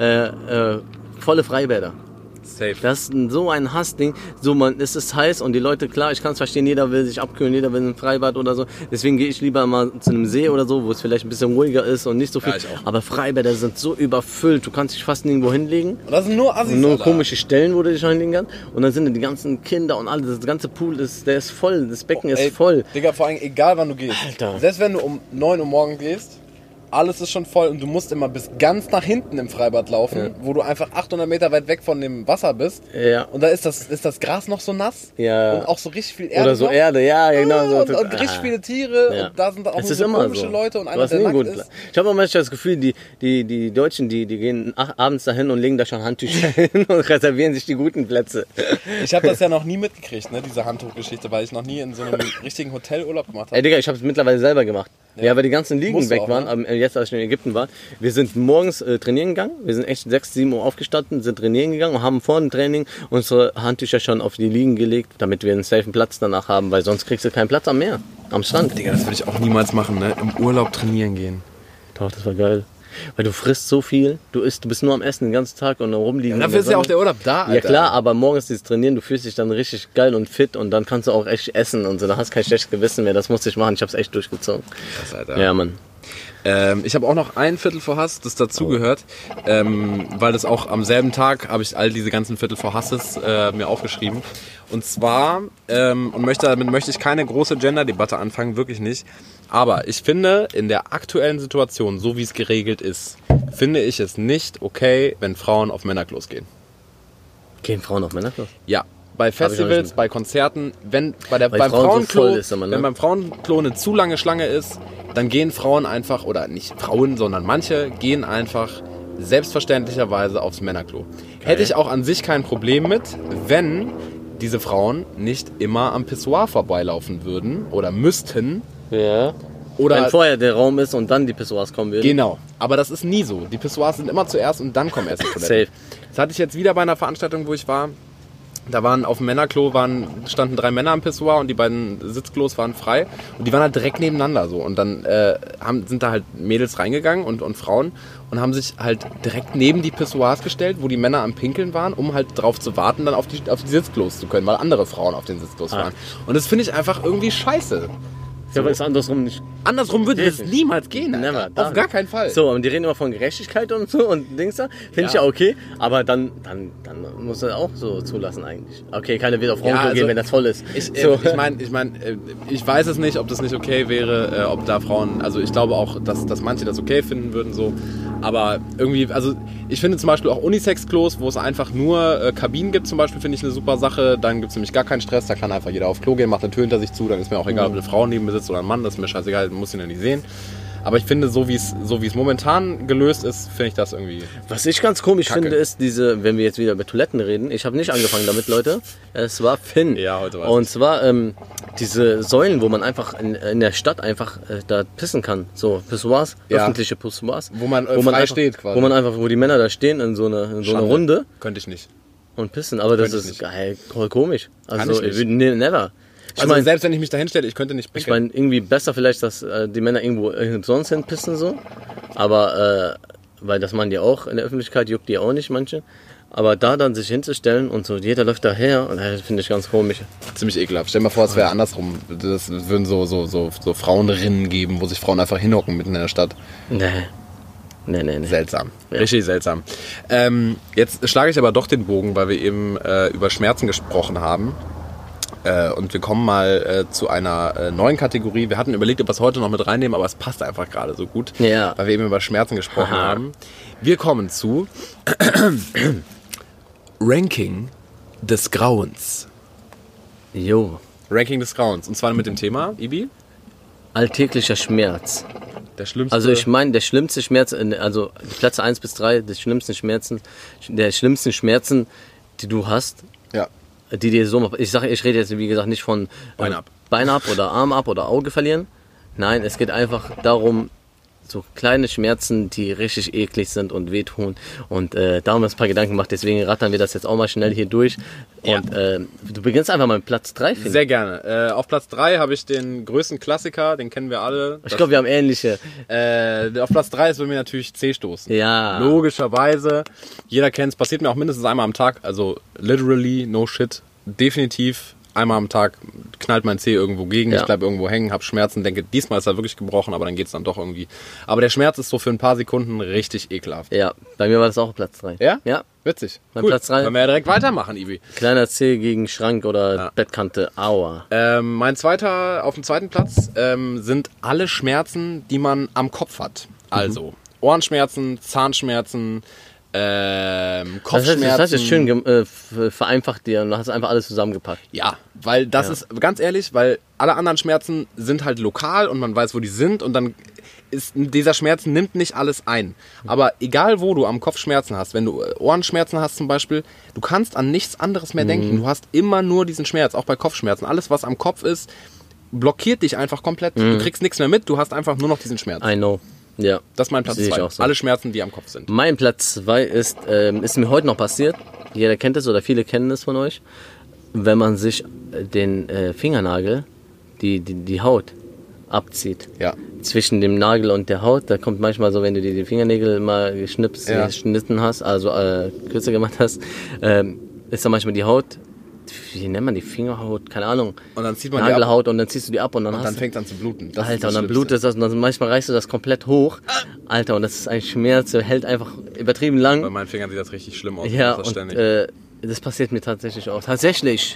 Volle Freibäder. safe. Das ist so ein Hassding. So, es ist heiß und die Leute, klar, ich kann es verstehen, jeder will sich abkühlen, jeder will ein Freibad oder so. Deswegen gehe ich lieber mal zu einem See oder so, wo es vielleicht ein bisschen ruhiger ist und nicht so viel. Ja, ich auch. Aber Freibäder sind so überfüllt, du kannst dich fast nirgendwo hinlegen. Und das sind nur Assis, Nur Alter. komische Stellen, wo du dich hinlegen kannst. Und dann sind da die ganzen Kinder und alles. Das ganze Pool der ist voll. Das Becken ist voll. Digga, vor allem egal wann du gehst. Alter. Selbst wenn du um 9 Uhr morgens gehst, alles ist schon voll und du musst immer bis ganz nach hinten im Freibad laufen, wo du einfach 800 Meter weit weg von dem Wasser bist. Ja. Und da ist das Gras noch so nass. Ja. Und auch so richtig viel Erde. Oder so noch. Erde, ja, genau. So. Und richtig viele Tiere. Ja. Und da sind auch Es nur ist so immer komische so. Leute und Du einer, hast der nie nackt gut. ist. Ich habe auch manchmal das Gefühl, die Deutschen, die gehen abends dahin und legen da schon Handtücher hin und reservieren sich die guten Plätze. Ich habe das ja noch nie mitgekriegt, ne, diese Handtuchgeschichte, weil ich noch nie in so einem richtigen Hotelurlaub gemacht Ey, habe. Digga, ich habe es mittlerweile selber gemacht. Ja, weil die ganzen Liegen Musst du weg auch, waren, ne? aber jetzt als ich in Ägypten war. Wir sind morgens trainieren gegangen, wir sind echt 6, 7 Uhr aufgestanden, sind trainieren gegangen und haben vor dem Training unsere Handtücher schon auf die Liegen gelegt, damit wir einen safen Platz danach haben, weil sonst kriegst du keinen Platz am Meer, am Strand. Digga, das würde ich auch niemals machen, ne, im Urlaub trainieren gehen. Doch, das war geil. Weil du frisst so viel, du bist nur am Essen den ganzen Tag und rumliegen. Dafür ist ja auch der Urlaub da, Alter. Ja klar, aber morgens dieses Trainieren, du fühlst dich dann richtig geil und fit und dann kannst du auch echt essen und so, da hast kein schlechtes Gewissen mehr, das musste ich machen, ich hab's echt durchgezogen. Krass, Alter. Ja, Mann. Ich habe auch noch ein Viertel vor Hass, das dazugehört, weil das auch am selben Tag habe ich all diese ganzen Viertel vor Hasses mir aufgeschrieben. Und zwar, damit möchte ich keine große Gender-Debatte anfangen, wirklich nicht. Aber ich finde, in der aktuellen Situation, so wie es geregelt ist, finde ich es nicht okay, wenn Frauen auf Männerklos gehen. Gehen Frauen auf Männerklos? Ja. Bei Festivals, bei Konzerten, wenn beim Frauen Frauenklo, so voll ist immer, ne? wenn beim Frauenklo eine zu lange Schlange ist, dann gehen Frauen einfach, oder nicht Frauen, sondern manche gehen einfach selbstverständlicherweise aufs Männerklo. Hätte ich auch an sich kein Problem mit, wenn diese Frauen nicht immer am Pissoir vorbeilaufen würden oder müssten. Ja. Oder wenn vorher der Raum ist und dann die Pissoirs kommen würden. Genau, aber das ist nie so. Die Pissoirs sind immer zuerst und dann kommen erst die Toiletten. Safe. Das hatte ich jetzt wieder bei einer Veranstaltung, wo ich war. Da waren auf dem Männerklo standen 3 Männer am Pissoir und die beiden Sitzklos waren frei. Und die waren halt direkt nebeneinander so. Und dann sind da halt Mädels reingegangen und Frauen und haben sich halt direkt neben die Pissoirs gestellt, wo die Männer am Pinkeln waren, um halt drauf zu warten, dann auf die Sitzklos zu können, weil andere Frauen auf den Sitzklos waren. Und das finde ich einfach irgendwie scheiße. Ja, aber ist andersrum nicht. Andersrum würde Geht das nicht. niemals gehen. Alter. Never, Auf gar keinen Fall. So, und die reden immer von Gerechtigkeit und so und Dings da. Finde ich ja okay, aber dann muss er auch so zulassen eigentlich. Okay, keiner wird auf Frauenklo gehen, wenn das voll ist. Ich weiß es nicht, ob das nicht okay wäre, ob da Frauen, also ich glaube auch, dass manche das okay finden würden so, aber irgendwie, also ich finde zum Beispiel auch Unisex-Klos, wo es einfach nur Kabinen gibt zum Beispiel, finde ich eine super Sache, dann gibt es nämlich gar keinen Stress, da kann einfach jeder auf Klo gehen, macht eine Tür hinter sich zu, dann ist mir auch egal, ob eine Frau neben mir sitzt oder ein Mann, das ist mir scheißegal, muss ihn ja nicht sehen. Aber ich finde, so wie es momentan gelöst ist, finde ich das irgendwie... Was ich ganz komisch Kacke. finde, ist wenn wir jetzt wieder über Toiletten reden, ich habe nicht angefangen damit, Leute. Es war Finn. Ja, heute weiß Und ich. zwar diese Säulen, wo man einfach in der Stadt einfach da pissen kann. So Pissoirs, Ja. öffentliche Pissoirs. Wo man frei einfach, steht quasi. Wo die Männer da stehen in so einer Schande. Runde Könnte ich nicht. und pissen. Aber das Könnte ich ist nicht. geil, voll komisch. Also ich nicht. Never. Ich Also meine, selbst wenn ich mich da hinstelle, ich könnte nicht ich pinkeln. meine, irgendwie besser vielleicht, dass die Männer irgendwo sonst hin pissen so. Aber, weil das machen die auch in der Öffentlichkeit, juckt die auch nicht manche. Aber da dann sich hinzustellen und so, jeder läuft daher, und das finde ich ganz komisch. Ziemlich ekelhaft. Stell dir mal vor, es wäre andersrum. Das würden so Frauenrinnen geben, wo sich Frauen einfach hinhocken mitten in der Stadt. Nee. Seltsam. Ja. Richtig seltsam. Jetzt schlage ich aber doch den Bogen, weil wir eben über Schmerzen gesprochen haben. Und wir kommen mal zu einer neuen Kategorie. Wir hatten überlegt, ob wir es heute noch mit reinnehmen, aber es passt einfach gerade so gut, Ja. weil wir eben über Schmerzen gesprochen haben. Wir kommen zu Ranking des Grauens. Jo. Ranking des Grauens. Und zwar mit dem Thema, Ibi, Alltäglicher Schmerz. der schlimmste... Also ich meine, der schlimmste Schmerz, also Plätze 1 bis 3 der schlimmsten Schmerzen, die du hast, ja. die dir so, ich rede jetzt wie gesagt nicht von Bein ab oder Arm ab oder Auge verlieren. Nein, es geht einfach darum, so kleine Schmerzen, die richtig eklig sind und wehtun. Und da haben wir uns ein paar Gedanken gemacht, deswegen rattern wir das jetzt auch mal schnell hier durch. Und du beginnst einfach mal mit Platz 3, finde ich. Sehr gerne. Auf Platz 3 habe ich den größten Klassiker, den kennen wir alle. Ich glaube, wir haben ähnliche. Auf Platz 3 ist bei mir natürlich C-Stoßen. Ja. Logischerweise. Jeder kennt es, passiert mir auch mindestens einmal am Tag. Also literally, no shit. Definitiv einmal am Tag knallt mein Zeh irgendwo gegen, ich bleibe irgendwo hängen, habe Schmerzen, denke, diesmal ist er wirklich gebrochen, aber dann geht es dann doch irgendwie. Aber der Schmerz ist so für ein paar Sekunden richtig ekelhaft. Ja, bei mir war das auch Platz 3. Ja? Ja. Witzig. Mein Platz 3. Können wir ja direkt weitermachen, Ibi. Kleiner Zeh gegen Schrank oder Bettkante, aua. Auf dem zweiten Platz sind alle Schmerzen, die man am Kopf hat. Also Ohrenschmerzen, Zahnschmerzen, Kopfschmerzen. Das heißt jetzt schön vereinfacht dir und du hast einfach alles zusammengepackt. Ja, weil das ist, ganz ehrlich, weil alle anderen Schmerzen sind halt lokal und man weiß, wo die sind und dann ist dieser Schmerz nimmt nicht alles ein. Aber egal, wo du am Kopf Schmerzen hast, wenn du Ohrenschmerzen hast zum Beispiel, du kannst an nichts anderes mehr denken. Du hast immer nur diesen Schmerz, auch bei Kopfschmerzen. Alles, was am Kopf ist, blockiert dich einfach komplett. Du kriegst nichts mehr mit, du hast einfach nur noch diesen Schmerz. I know. Ja. Das ist mein Platz 2. So. Alle Schmerzen, die am Kopf sind. Mein Platz 2 ist mir heute noch passiert. Jeder kennt es oder viele kennen es von euch. Wenn man sich den Fingernagel, die Haut abzieht. Ja. Zwischen dem Nagel und der Haut, da kommt manchmal so, wenn du dir die Fingernägel mal geschnitten hast, also kürzer gemacht hast, ist da manchmal die Haut, wie nennt man die Fingerhaut, keine Ahnung, Und dann zieht man Nagelhaut und dann ziehst du die ab und dann fängt es an zu bluten. Das ist Alter, das und dann Schlimmste. blutet das und dann manchmal reißt du das komplett hoch. Alter, und das ist ein Schmerz, der hält einfach übertrieben lang. Bei meinen Fingern sieht das richtig schlimm aus. Ja, das und ständig. das passiert mir tatsächlich auch. Tatsächlich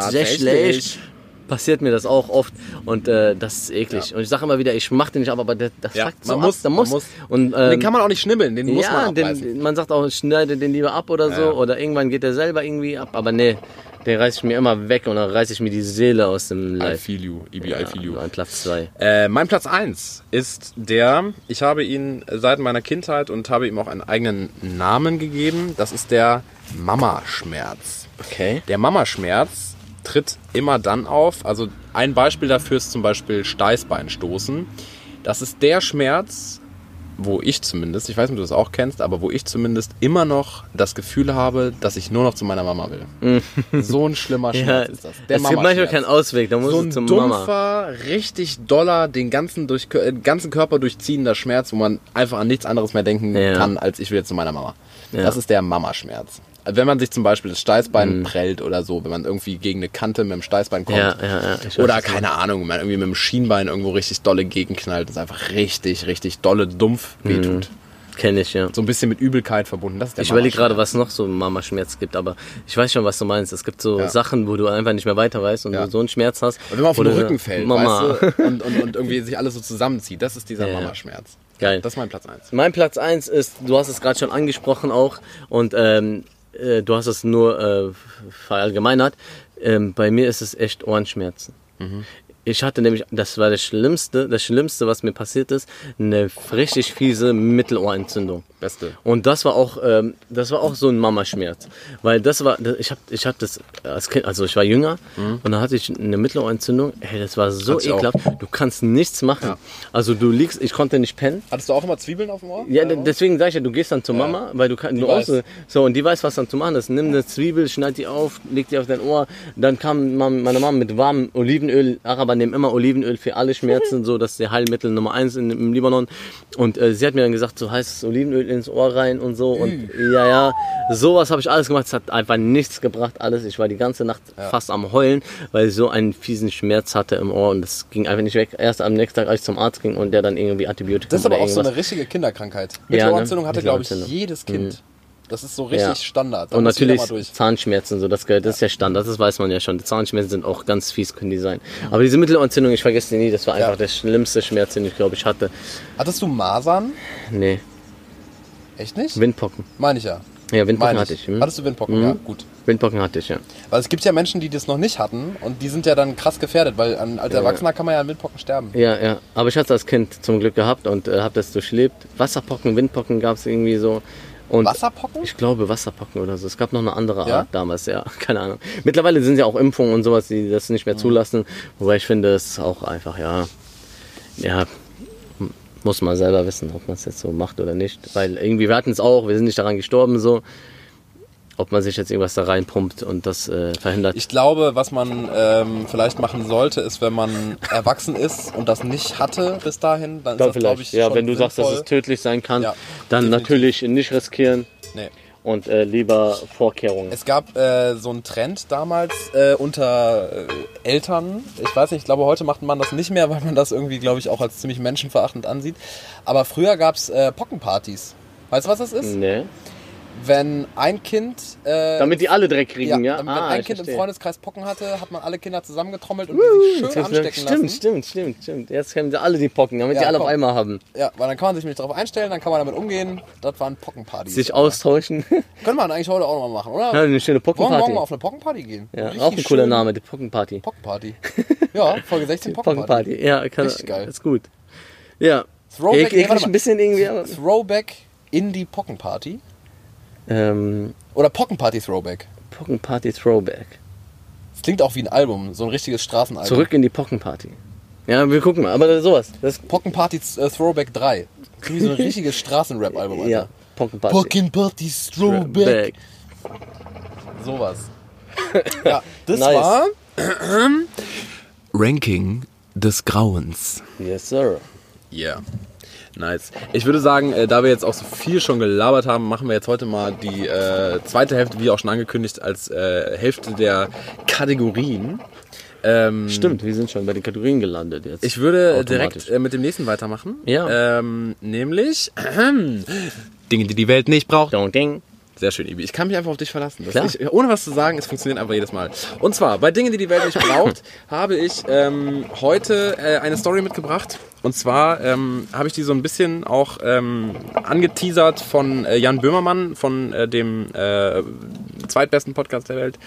passiert mir das auch oft und das ist eklig. Ja. Und ich sage immer wieder, ich mache den nicht ab, aber das fuckt so ab. Man muss. Und, Den kann man auch nicht schnibbeln, den muss man ja, abreißen. man sagt auch, schneide den lieber ab oder so, oder irgendwann geht der selber irgendwie ab, aber nee, den reiße ich mir immer weg und dann reiße ich mir die Seele aus dem I Leib. feel you, Ibi, I feel you. Mein Platz 2. Mein Platz 1 ist ich habe ihn seit meiner Kindheit und habe ihm auch einen eigenen Namen gegeben. Das ist der Mamaschmerz. Okay. Der Mamaschmerz tritt immer dann auf. Also ein Beispiel dafür ist zum Beispiel Steißbeinstoßen. Das ist der Schmerz, wo ich zumindest, ich weiß nicht, ob du das auch kennst, aber wo ich zumindest immer noch das Gefühl habe, dass ich nur noch zu meiner Mama will. So ein schlimmer Schmerz ist das. Der Es gibt manchmal keinen Ausweg, da musst so du ein zur Mama. dumpfer, richtig doller, den ganzen Körper durchziehender Schmerz, wo man einfach an nichts anderes mehr denken kann, als ich will jetzt zu meiner Mama. Ja. Das ist der Mamaschmerz. Wenn man sich zum Beispiel das Steißbein prellt oder so, wenn man irgendwie gegen eine Kante mit dem Steißbein kommt. Ja. Ich weiß, Oder was du keine Ahnung, wenn man irgendwie mit dem Schienbein irgendwo richtig dolle gegenknallt und es einfach richtig, richtig dolle, dumpf wehtut. Kenne ich, ja. So ein bisschen mit Übelkeit verbunden. Das ist der Ich überlege gerade, Mamaschmerz. was noch so Mama-Schmerz gibt, aber ich weiß schon, was du meinst. Es gibt so Sachen, wo du einfach nicht mehr weiter weißt und du so einen Schmerz hast. Und wenn man auf den wo du- Rücken fällt, Mama. weißt du, und irgendwie sich alles so zusammenzieht, das ist dieser Mamaschmerz. Geil. Das ist mein Platz 1. Mein Platz 1 ist, du hast es gerade schon angesprochen auch und du hast es nur verallgemeinert. Bei mir ist es echt Ohrenschmerzen. Ich hatte nämlich, das war das Schlimmste, was mir passiert ist, eine richtig fiese Mittelohrentzündung. Beste. Und das war auch so ein Mamaschmerz. Weil ich hab das als Kind, also ich war jünger und dann hatte ich eine Mittelohrentzündung. Hey, das war so ekelhaft. Du kannst nichts machen. Ja. Also du liegst, ich konnte nicht pennen. Hattest du auch immer Zwiebeln auf dem Ohr? Ja, deswegen sag ich ja, du gehst dann zur Mama, weil und die weiß, was dann zu machen ist. Nimm eine Zwiebel, schneid die auf, leg die auf dein Ohr. Dann kam meine Mama mit warmem Olivenöl. Araber nehmen immer Olivenöl für alle Schmerzen, so, das ist der Heilmittel Nummer 1 im Libanon. Und sie hat mir dann gesagt, so heißes Olivenöl ins Ohr rein und so. Und sowas habe ich alles gemacht. Es hat einfach nichts gebracht, alles. Ich war die ganze Nacht fast am Heulen, weil ich so einen fiesen Schmerz hatte im Ohr und das ging einfach nicht weg. Erst am nächsten Tag, als ich zum Arzt ging und der dann irgendwie Antibiotika. Das ist aber auch so eine richtige Kinderkrankheit. Mittelohrentzündung hatte, glaube ich, jedes Kind. Das ist so richtig Standard. Da und natürlich Zahnschmerzen, so das ist ja Standard, das weiß man ja schon. Die Zahnschmerzen sind auch ganz fies, können die sein. Aber diese Mittelohrentzündung, ich vergesse die nie, das war einfach der schlimmste Schmerz, den ich glaube ich hatte. Hattest du Masern? Nee. Echt nicht? Windpocken. Meine ich ja. Ja, Windpocken hatte ich. Hattest du Windpocken? Ja, gut. Windpocken hatte ich, ja. Weil es gibt ja Menschen, die das noch nicht hatten und die sind ja dann krass gefährdet, weil als Erwachsener kann man ja an Windpocken sterben. Ja. Aber ich hatte es als Kind zum Glück gehabt und habe das durchlebt. Wasserpocken, Windpocken gab es irgendwie so. Und Wasserpocken? Ich glaube Wasserpocken oder so. Es gab noch eine andere Art damals, keine Ahnung. Mittlerweile sind ja auch Impfungen und sowas, die das nicht mehr zulassen. Wobei ich finde, es ist auch einfach, muss man selber wissen, ob man es jetzt so macht oder nicht. Weil irgendwie, wir hatten es auch, wir sind nicht daran gestorben, so. Ob man sich jetzt irgendwas da reinpumpt und das verhindert. Ich glaube, was man vielleicht machen sollte, ist, wenn man erwachsen ist und das nicht hatte bis dahin, dann ist das, glaube ich, schon wenn du sagst, dass es tödlich sein kann, dann natürlich nicht riskieren. Nee. Und lieber Vorkehrungen. Es gab so einen Trend damals unter Eltern. Ich weiß nicht, ich glaube, heute macht man das nicht mehr, weil man das irgendwie, glaube ich, auch als ziemlich menschenverachtend ansieht. Aber früher gab es Pockenpartys. Weißt du, was das ist? Nee. Wenn ein Kind... damit die alle Dreck kriegen, ja? Wenn ein Kind im Freundeskreis Pocken hatte, hat man alle Kinder zusammengetrommelt und die sich schön anstecken lassen. Stimmt. Jetzt kennen sie alle die Pocken, damit die alle auf einmal haben. Ja, weil dann kann man sich nicht darauf einstellen, dann kann man damit umgehen. Das waren Pockenpartys. Sich austauschen. Können wir eigentlich heute auch nochmal machen, oder? Ja, eine schöne Pockenparty. Wollen wir morgen mal auf eine Pockenparty gehen? Ja, auch ein cooler Name, die Pockenparty. Pockenparty. Ja, Folge 16 Pockenparty. Ja, richtig geil. Ist gut. Ja. Throwback, ein bisschen irgendwie. Throwback in die Pockenparty. Oder Pockenparty Throwback. Pockenparty Throwback. Das klingt auch wie ein Album, so ein richtiges Straßenalbum. Zurück in die Pockenparty. Ja, wir gucken mal, aber sowas. Pockenparty Throwback 3. Das ist wie so ein richtiges Straßenrap-Album, Alter. Ja, Pockenparty. Pockenparty Throwback. Sowas. Ja, das war Ranking des Grauens. Yes, sir. Yeah. Nice. Ich würde sagen, da wir jetzt auch so viel schon gelabert haben, machen wir jetzt heute mal die zweite Hälfte, wie auch schon angekündigt, als Hälfte der Kategorien. Stimmt, wir sind schon bei den Kategorien gelandet jetzt. Ich würde direkt mit dem nächsten weitermachen. Ja. Nämlich Dinge, die die Welt nicht braucht. Ding. Sehr schön, Ibi. Ich kann mich einfach auf dich verlassen. Ohne was zu sagen, es funktioniert einfach jedes Mal. Und zwar, bei Dingen, die die Welt nicht braucht, habe ich heute eine Story mitgebracht. Und zwar habe ich die so ein bisschen auch angeteasert von Jan Böhmermann, von dem zweitbesten Podcast der Welt.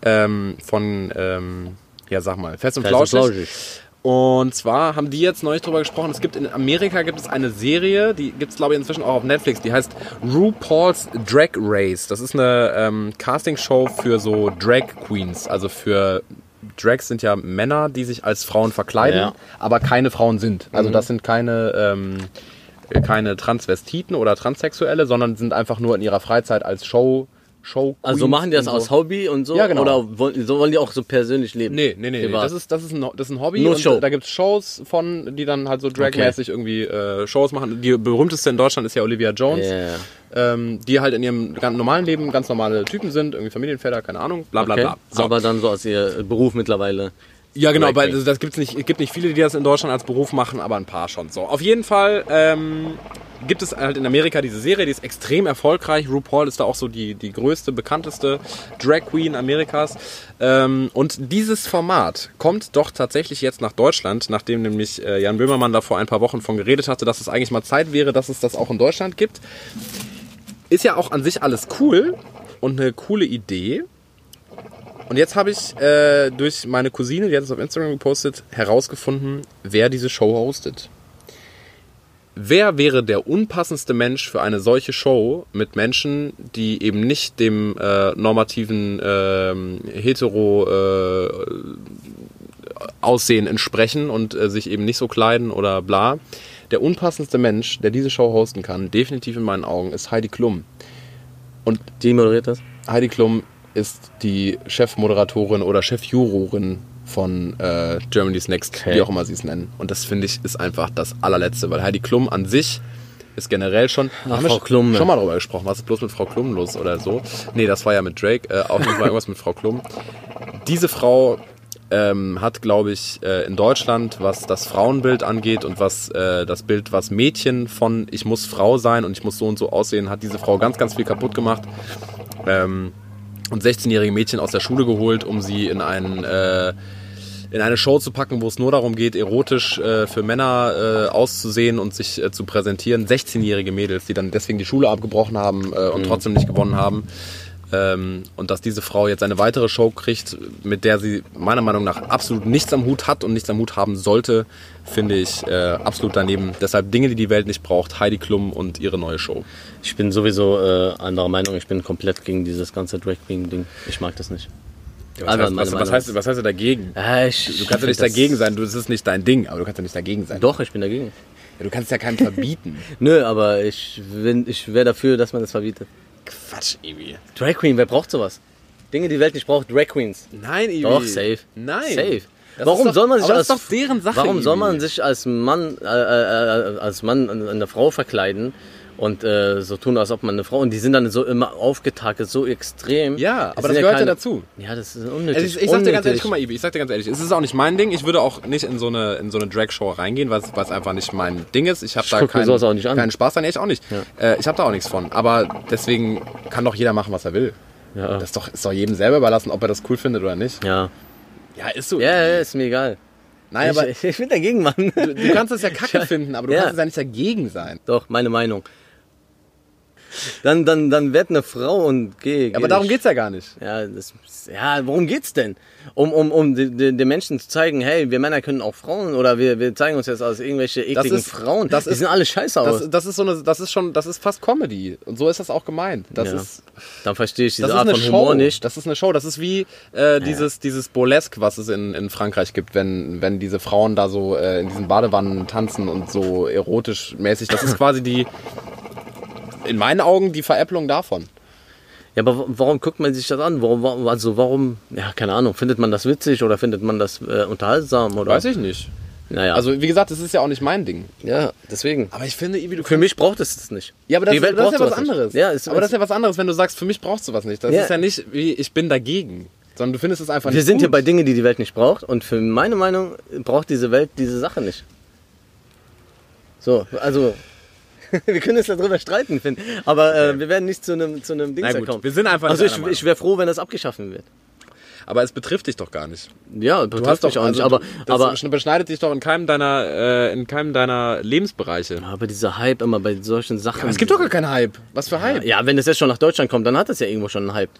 Sag mal, Fest und Flauschig. Und zwar haben die jetzt neulich drüber gesprochen, in Amerika gibt es eine Serie, die gibt es glaube ich inzwischen auch auf Netflix, die heißt RuPaul's Drag Race. Das ist eine Castingshow für so Drag Queens, also für Drags sind ja Männer, die sich als Frauen verkleiden, aber keine Frauen sind. Also das sind keine Transvestiten oder Transsexuelle, sondern sind einfach nur in ihrer Freizeit als Show also machen die das aus Hobby und so? Ja, genau. Oder wollen die auch so persönlich leben? Nee. Das ist ein Hobby. Nur und Show. Da gibt es Shows von, die dann halt so dragmäßig irgendwie Shows machen. Die berühmteste in Deutschland ist ja Olivia Jones. Yeah. Die halt in ihrem ganz normalen Leben ganz normale Typen sind, irgendwie Familienväter, keine Ahnung, bla bla bla. So. Aber dann so als ihr Beruf mittlerweile. Ja, genau, weil es gibt nicht viele, die das in Deutschland als Beruf machen, aber ein paar schon. So, auf jeden Fall gibt es halt in Amerika diese Serie, die ist extrem erfolgreich. RuPaul ist da auch so die größte, bekannteste Drag Queen Amerikas. Und dieses Format kommt doch tatsächlich jetzt nach Deutschland, nachdem nämlich Jan Böhmermann da vor ein paar Wochen von geredet hatte, dass es eigentlich mal Zeit wäre, dass es das auch in Deutschland gibt. Ist ja auch an sich alles cool und eine coole Idee. Und jetzt habe ich durch meine Cousine, die hat es auf Instagram gepostet, herausgefunden, wer diese Show hostet. Wer wäre der unpassendste Mensch für eine solche Show mit Menschen, die eben nicht dem normativen hetero Aussehen entsprechen und sich eben nicht so kleiden oder bla? Der unpassendste Mensch, der diese Show hosten kann, definitiv in meinen Augen, ist Heidi Klum. Und die moderiert das? Heidi Klum ist die Chefmoderatorin oder Chefjurorin von Germany's Next, wie auch immer sie es nennen. Und das, finde ich, ist einfach das allerletzte, weil Heidi Klum an sich ist generell schon... Ach, Frau Klum. Schon mal drüber gesprochen, was ist bloß mit Frau Klum los oder so? Nee, das war ja mit Drake, auch nicht mal irgendwas mit Frau Klum. Diese Frau hat, glaube ich, in Deutschland, was das Frauenbild angeht und was das Bild, was Mädchen von ich muss Frau sein und ich muss so und so aussehen, hat diese Frau ganz, ganz viel kaputt gemacht. Und 16-jährige Mädchen aus der Schule geholt, um sie in eine Show zu packen, wo es nur darum geht, erotisch für Männer auszusehen und sich zu präsentieren. 16-jährige Mädels, die dann deswegen die Schule abgebrochen haben und trotzdem nicht gewonnen haben. Und dass diese Frau jetzt eine weitere Show kriegt, mit der sie meiner Meinung nach absolut nichts am Hut hat und nichts am Hut haben sollte, finde ich absolut daneben. Deshalb Dinge, die die Welt nicht braucht, Heidi Klum und ihre neue Show. Ich bin sowieso anderer Meinung. Ich bin komplett gegen dieses ganze Drag Queen-Ding. Ich mag das nicht. Ja, was heißt du dagegen? Du kannst ja nicht dagegen sein, das ist nicht dein Ding, aber du kannst ja nicht dagegen sein. Doch, ich bin dagegen. Ja, du kannst ja keinen verbieten. Nö, aber ich wäre dafür, dass man das verbietet. Quatsch, Ibi. Drag Queen, wer braucht sowas? Dinge, die Welt nicht braucht, Drag Queens. Nein, Ibi. Doch, safe. Nein. Safe. Warum soll man sich das ist doch deren Sache, warum Ibi. soll man sich als Mann eine Frau verkleiden und so tun, als ob man eine Frau... Und die sind dann so immer aufgetakelt, so extrem. Ja, aber das gehört ja dazu. Ja, das ist unnötig. Also ich sag dir ganz ehrlich, guck mal, Ibi, ich sag dir ganz ehrlich, es ist auch nicht mein Ding. Ich würde auch nicht in so eine Drag-Show reingehen, weil es einfach nicht mein Ding ist. Ich habe da keinen Spaß dran, ich auch nicht. Ja. Ich habe da auch nichts von. Aber deswegen kann doch jeder machen, was er will. Ja. Das ist doch jedem selber überlassen, ob er das cool findet oder nicht. Ja. Ja, ist so. Ja, ist mir egal. Nein, aber ich bin dagegen, Mann. Du kannst es ja kacke finden, aber du kannst es ja nicht dagegen sein. Doch, meine Meinung. Dann werd eine Frau und geh. Aber darum geht's ja gar nicht. Ja, worum geht's denn? Um den Menschen zu zeigen, hey, wir Männer können auch Frauen oder wir zeigen uns jetzt als irgendwelche ekligen Frauen. Die sehen alle scheiße aus. Das ist fast Comedy. Und so ist das auch gemeint. Dann verstehe ich diese Art von Humor nicht. Das ist eine Show. Das ist wie dieses Burlesque, was es in Frankreich gibt, wenn diese Frauen da so in diesen Badewannen tanzen und so erotisch mäßig. Das ist quasi in meinen Augen die Veräpplung davon. Ja, aber warum guckt man sich das an? Warum, ja, keine Ahnung, findet man das witzig oder findet man das unterhaltsam? Oder? Weiß ich nicht. Naja. Also, wie gesagt, das ist ja auch nicht mein Ding. Ja, deswegen. Aber ich finde, für mich braucht es das nicht. Ja, aber das ist ja was anderes. Ja, aber das ist ja was anderes, wenn du sagst, für mich brauchst du was nicht. Das ist ja nicht wie, ich bin dagegen. Sondern du findest es einfach nicht Wir sind hier bei Dingen, die die Welt nicht braucht. Und für meine Meinung braucht diese Welt diese Sache nicht. So, also... Wir können jetzt darüber streiten, Finn. Aber wir werden nicht zu einem Ding kommen. Wir sind einfach nicht ich wäre froh, wenn das abgeschaffen wird. Aber es betrifft dich doch gar nicht. Ja, betrifft dich auch nicht. Aber das beschneidet dich doch in keinem deiner Lebensbereiche. Aber dieser Hype immer bei solchen Sachen. Ja, es gibt doch gar keinen Hype. Was für Hype? Ja, wenn es jetzt schon nach Deutschland kommt, dann hat es ja irgendwo schon einen Hype.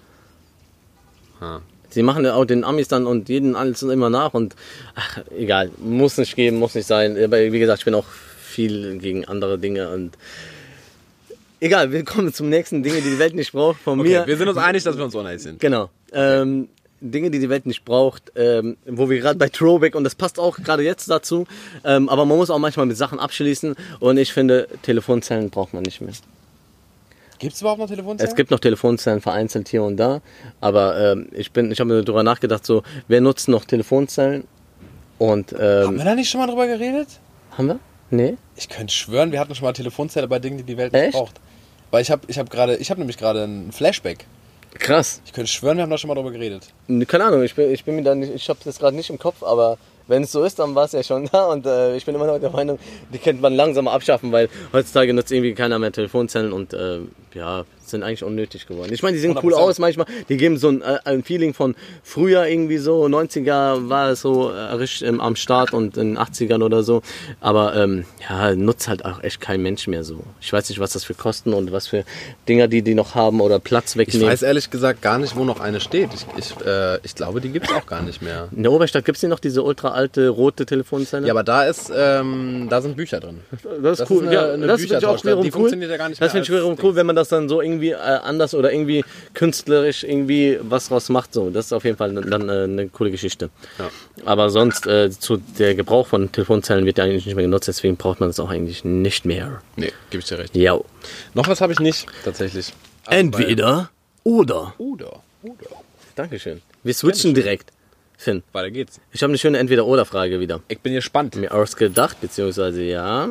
Sie machen ja auch den Amis dann und jeden alles immer nach und egal, muss nicht geben, muss nicht sein. Aber wie gesagt, ich bin auch viel gegen andere Dinge und egal, wir kommen zum nächsten Dinge, die die Welt nicht braucht von mir. Wir sind uns einig, dass wir uns uneinig sind. Genau. Okay. Dinge, die die Welt nicht braucht, wo wir gerade bei Throwback und das passt auch gerade jetzt dazu, aber man muss auch manchmal mit Sachen abschließen und ich finde, Telefonzellen braucht man nicht mehr. Gibt es überhaupt noch Telefonzellen? Es gibt noch Telefonzellen vereinzelt hier und da, aber ich habe mir darüber nachgedacht, so, wer nutzt noch Telefonzellen? Und, haben wir da nicht schon mal drüber geredet? Haben wir? Nee. Ich könnte schwören, wir hatten schon mal Telefonzelle bei Dingen, die die Welt nicht braucht. Weil ich hab nämlich gerade einen Flashback. Krass. Ich könnte schwören, wir haben da schon mal drüber geredet. Keine Ahnung, ich bin mir da nicht, ich habe das gerade nicht im Kopf, aber wenn es so ist, dann war es ja schon da und ich bin immer noch der Meinung, die könnte man langsam abschaffen, weil heutzutage nutzt irgendwie keiner mehr Telefonzellen und sind eigentlich unnötig geworden. Ich meine, die sehen cool 100%. aus manchmal, die geben so ein Feeling von früher irgendwie so, 90er war es so richtig am Start und in den 80ern oder so, aber nutzt halt auch echt kein Mensch mehr so. Ich weiß nicht, was das für Kosten und was für Dinger die noch haben oder Platz Ich wegnehmen. weiß ehrlich gesagt gar nicht, wo noch eine steht. Ich glaube, die gibt es auch gar nicht mehr. In der Oberstadt gibt es hier noch diese ultra alte rote Telefonzelle? Ja, aber da sind Bücher drin. das ist cool. Eine das finde ich auch wiederum die cool. funktioniert ja gar nicht Das mehr finde ich wiederum als cool, wenn man das dann so irgendwie anders oder irgendwie künstlerisch irgendwie was draus macht. So, das ist auf jeden Fall dann eine coole Geschichte. Ja. Aber sonst der Gebrauch von Telefonzellen wird ja eigentlich nicht mehr genutzt, deswegen braucht man das auch eigentlich nicht mehr. Nee, gebe ich dir recht. Ja. Noch was habe ich nicht, tatsächlich. Also Entweder oder. Oder. Dankeschön. Wir switchen direkt. Finn, Weiter geht's. ich habe eine schöne Entweder-oder-Frage wieder. Ich bin gespannt. Mir ausgedacht, beziehungsweise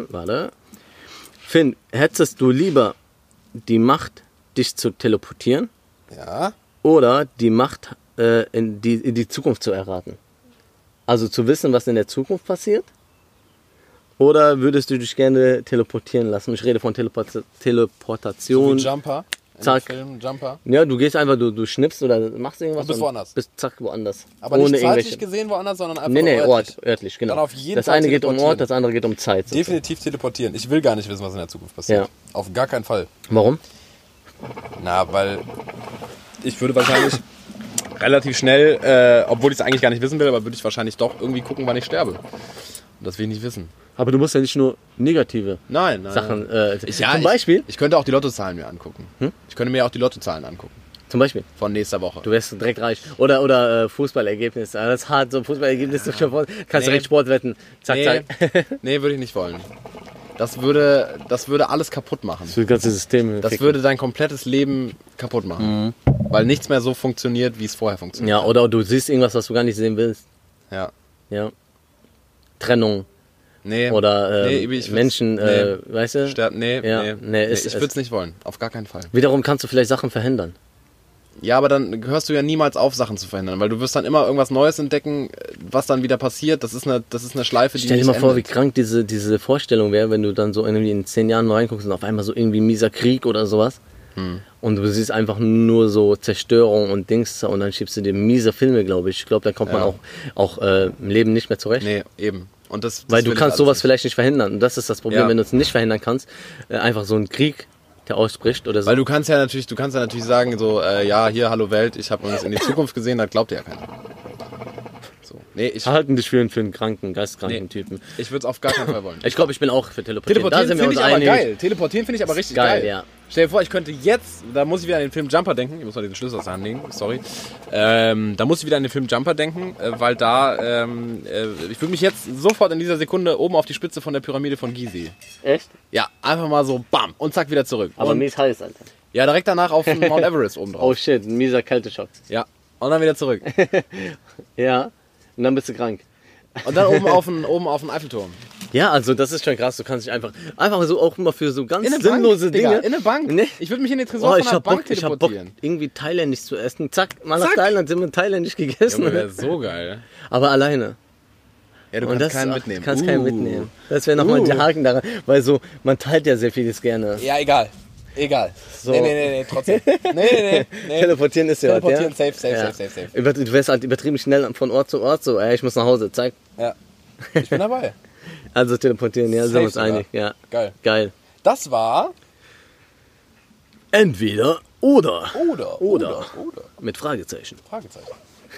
Finn, hättest du lieber die Macht, dich zu teleportieren Ja. oder die Macht, in die Zukunft zu erraten? Also zu wissen, was in der Zukunft passiert? Oder würdest du dich gerne teleportieren lassen? Ich rede von Teleportation. Wie Jumper. In Zack. dem Film Jumper. Ja, du gehst einfach, du schnippst oder machst irgendwas. Und bist woanders. Bist zack woanders. Aber nicht zeitlich gesehen woanders, sondern einfach Nee, örtlich. örtlich, genau. Dann auf jeden das Fall eine geht um teleportieren. Ort, das andere geht um Zeit. sozusagen. Definitiv teleportieren. Ich will gar nicht wissen, was in der Zukunft passiert. Ja. Auf gar keinen Fall. Warum? Na, weil ich würde wahrscheinlich relativ schnell, obwohl ich es eigentlich gar nicht wissen will, aber würde ich wahrscheinlich doch irgendwie gucken, wann ich sterbe. Und das will ich nicht wissen. Aber du musst ja nicht nur negative Nein. Sachen. Zum Beispiel? Ich könnte auch die Lottozahlen mir angucken. Ich könnte mir auch die Lottozahlen angucken. Zum Beispiel. Von nächster Woche. Du wärst direkt reich. Oder Fußballergebnis. Das ist hart, so Fußballergebnis. Kannst Nee. direkt Sport wetten. Zack, zack. Nee, würde ich nicht wollen. Das würde alles kaputt machen. Das ganze System. Das würde dein komplettes Leben kaputt machen. Weil nichts mehr so funktioniert, wie es vorher funktioniert. Ja, oder du siehst irgendwas, was du gar nicht sehen willst. Ja. Ja. Trennung. Nee. Oder ich würd's- Menschen, nee. weißt du? Nee, ist- ich würde es nicht wollen. Auf gar keinen Fall. Wiederum kannst du vielleicht Sachen verhindern. Ja, aber dann hörst du ja niemals auf, Sachen zu verhindern, weil du wirst dann immer irgendwas Neues entdecken, was dann wieder passiert. Das ist eine Schleife, die Stell dir nicht mal vor, wie endet. krank diese Vorstellung wäre, wenn du dann so irgendwie in 10 Jahren neu reinguckst und auf einmal so irgendwie mieser Krieg oder sowas. Und du siehst einfach nur so Zerstörung und Dings und dann schiebst du dir miese Filme, glaube ich. Ich glaube, da kommt man auch im Leben nicht mehr zurecht. Nee, eben. Und das Weil will du ich kannst alles sowas nicht. vielleicht nicht verhindern. Und das ist das Problem, Ja. wenn du es nicht verhindern kannst. Einfach so ein Krieg, der ausbricht oder so. Weil du kannst ja natürlich sagen, so, ja, hier, hallo Welt, ich habe uns in die Zukunft gesehen, das glaubt ja keiner. So. Nee, ich Halten dich für einen kranken, geistkranken Nee. Typen. würde es auf gar keinen Fall wollen. Ich glaube, ich bin auch für Teleportieren. Da Teleportieren sind wir finde uns ich aber einig. geil. Teleportieren finde ich aber richtig geil, geil. ja. Stell dir vor, ich könnte jetzt, da muss ich wieder an den Film Jumper denken. Ich muss mal diesen Schlüssel aus der Hand legen, sorry. Da muss ich wieder an den Film Jumper denken, weil da, ich würde mich jetzt sofort in dieser Sekunde oben auf die Spitze von der Pyramide von Gizeh. Echt? Ja, einfach mal so, bam, und zack, wieder zurück. Aber und, mies heiß, Alter. ja, direkt danach auf den Mount Everest oben drauf. Oh shit, ein mieser Kälteschock. Ja, und dann wieder zurück. Ja, und dann bist du krank. Und dann oben auf den Eiffelturm. Ja, also das ist schon krass. Du kannst dich einfach so auch immer für so ganz In eine sinnlose Bank, Digga, Dinge. in eine Bank. Nee. Ich würde mich in den Tresor Oh, von ich einer hab Bank Bock, Bock, teleportieren. irgendwie thailändisch zu essen. Zack, mal nach Zack. Thailand, sind wir thailändisch gegessen. Junge, wäre so geil. Aber alleine. Ja, du Und kannst das keinen ach, mitnehmen. Kannst keinen mitnehmen. Das wäre nochmal der Haken daran. Weil so, man teilt ja sehr vieles gerne. Ja, egal. So. Nee, trotzdem. Nee. Teleportieren ist ja was, Teleportieren, ja? safe. Du wärst halt übertrieben schnell von Ort zu Ort. So, ey, ich muss nach Hause, zack. Ja. Ich bin dabei. Also teleportieren, ja, sind wir uns Safe sogar. einig. Ja. Geil. Geil. Das war Entweder oder. Oder. Mit Fragezeichen. Fragezeichen.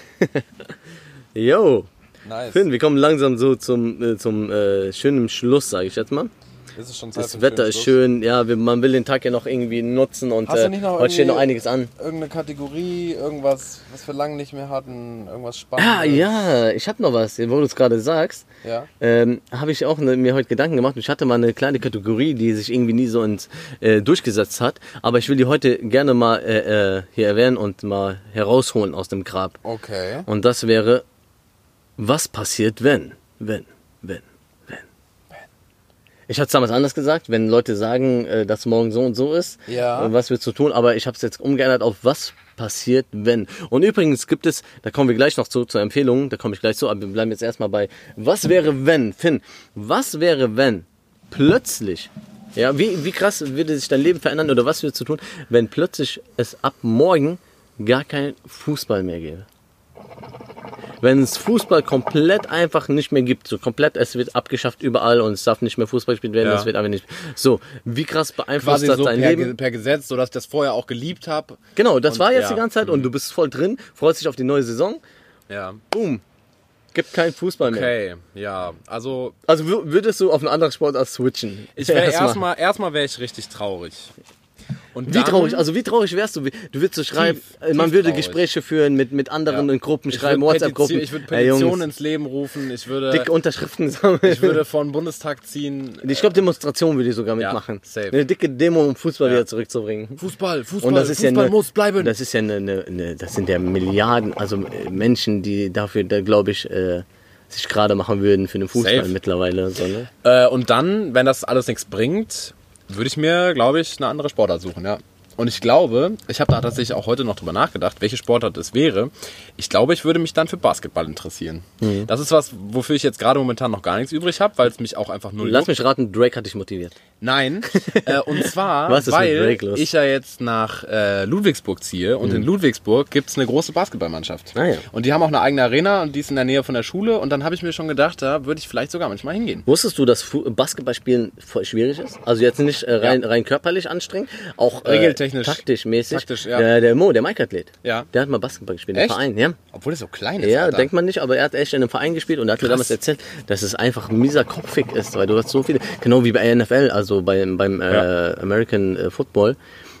Yo. Nice. Finn, wir kommen langsam so zum schönen Schluss, sage ich jetzt mal. Das ist schon Zeit Das für einen Wetter schönen ist Schluss. schön, ja, man will den Tag ja noch irgendwie nutzen und Hast du nicht noch heute steht noch irgendwie einiges an. Irgendeine Kategorie, irgendwas, was wir lange nicht mehr hatten, irgendwas Ah, Spannendes? ja, ich habe noch was, wo du es gerade sagst. Ja. Habe ich auch mir heute Gedanken gemacht. Ich hatte mal eine kleine Kategorie, die sich irgendwie nie so durchgesetzt hat. Aber ich will die heute gerne mal hier erwähnen und mal herausholen aus dem Grab. Okay. Und das wäre, was passiert, wenn. Ich hatte es damals anders gesagt, wenn Leute sagen, dass morgen so und so ist, Ja. was wird zu tun, aber ich habe es jetzt umgeändert auf was passiert, wenn. Und übrigens gibt es, da kommen wir gleich noch zur Empfehlung, da komme ich gleich zu, aber wir bleiben jetzt erstmal bei, was wäre wenn, Finn, was wäre wenn plötzlich Ja, wie krass würde sich dein Leben verändern oder was würdest du tun, wenn plötzlich es ab morgen gar kein Fußball mehr gäbe? Wenn es Fußball komplett einfach nicht mehr gibt, so komplett, es wird abgeschafft überall und es darf nicht mehr Fußball gespielt werden, es wird einfach nicht. So, wie krass beeinflusst das dein Leben? Per Gesetz, sodass ich das vorher auch geliebt habe. Genau, das war jetzt die ganze Zeit und du bist voll drin, freust dich auf die neue Saison. Ja. Boom. Gibt keinen Fußball mehr. Okay, ja, also würdest du auf eine andere Sportart switchen? Ich wäre erstmal wäre ich richtig traurig. Und wie traurig? Also wie traurig wärst du? Du würdest so schreiben, man würde traurig. Gespräche führen mit anderen in Gruppen, schreiben, WhatsApp-Gruppen. Ich würde Petitionen ins Leben rufen, ich würde dicke Unterschriften sammeln. Ich würde vor den Bundestag ziehen. Ich glaube, Demonstrationen würde ich sogar mitmachen. Safe. Eine dicke Demo, um Fußball wieder zurückzubringen. Fußball und das ist Fußball ja muss bleiben. Das ist ja das sind ja Milliarden, also Menschen, die dafür, glaube ich, sich gerade machen würden für den Fußball Safe. Mittlerweile. So, ne? Und dann, wenn das alles nichts bringt, würde ich mir, glaube ich, eine andere Sportart suchen, ja. Und ich glaube, ich habe da tatsächlich auch heute noch drüber nachgedacht, welche Sportart es wäre. Ich glaube, ich würde mich dann für Basketball interessieren. Mhm. Das ist was, wofür ich jetzt gerade momentan noch gar nichts übrig habe, weil es mich auch einfach null Lass mich raten, Drake hat dich motiviert. Nein, und zwar, weil ich ja jetzt nach Ludwigsburg ziehe und in Ludwigsburg gibt es eine große Basketballmannschaft. Ah, ja. Und die haben auch eine eigene Arena und die ist in der Nähe von der Schule und dann habe ich mir schon gedacht, da würde ich vielleicht sogar manchmal hingehen. Wusstest du, dass Basketballspielen voll schwierig ist? Also jetzt nicht rein körperlich anstrengend, auch regeltechnisch. Taktisch-mäßig. Taktisch, ja. Der Mike-Athlet, ja. Der hat mal Basketball gespielt im Verein. Ja. Obwohl er so klein ist. Ja, Alter. Denkt man nicht, aber er hat echt in einem Verein gespielt und er hat mir damals erzählt, dass es einfach mieser kopfig ist, weil du hast so viele, genau wie bei NFL, also beim American Football,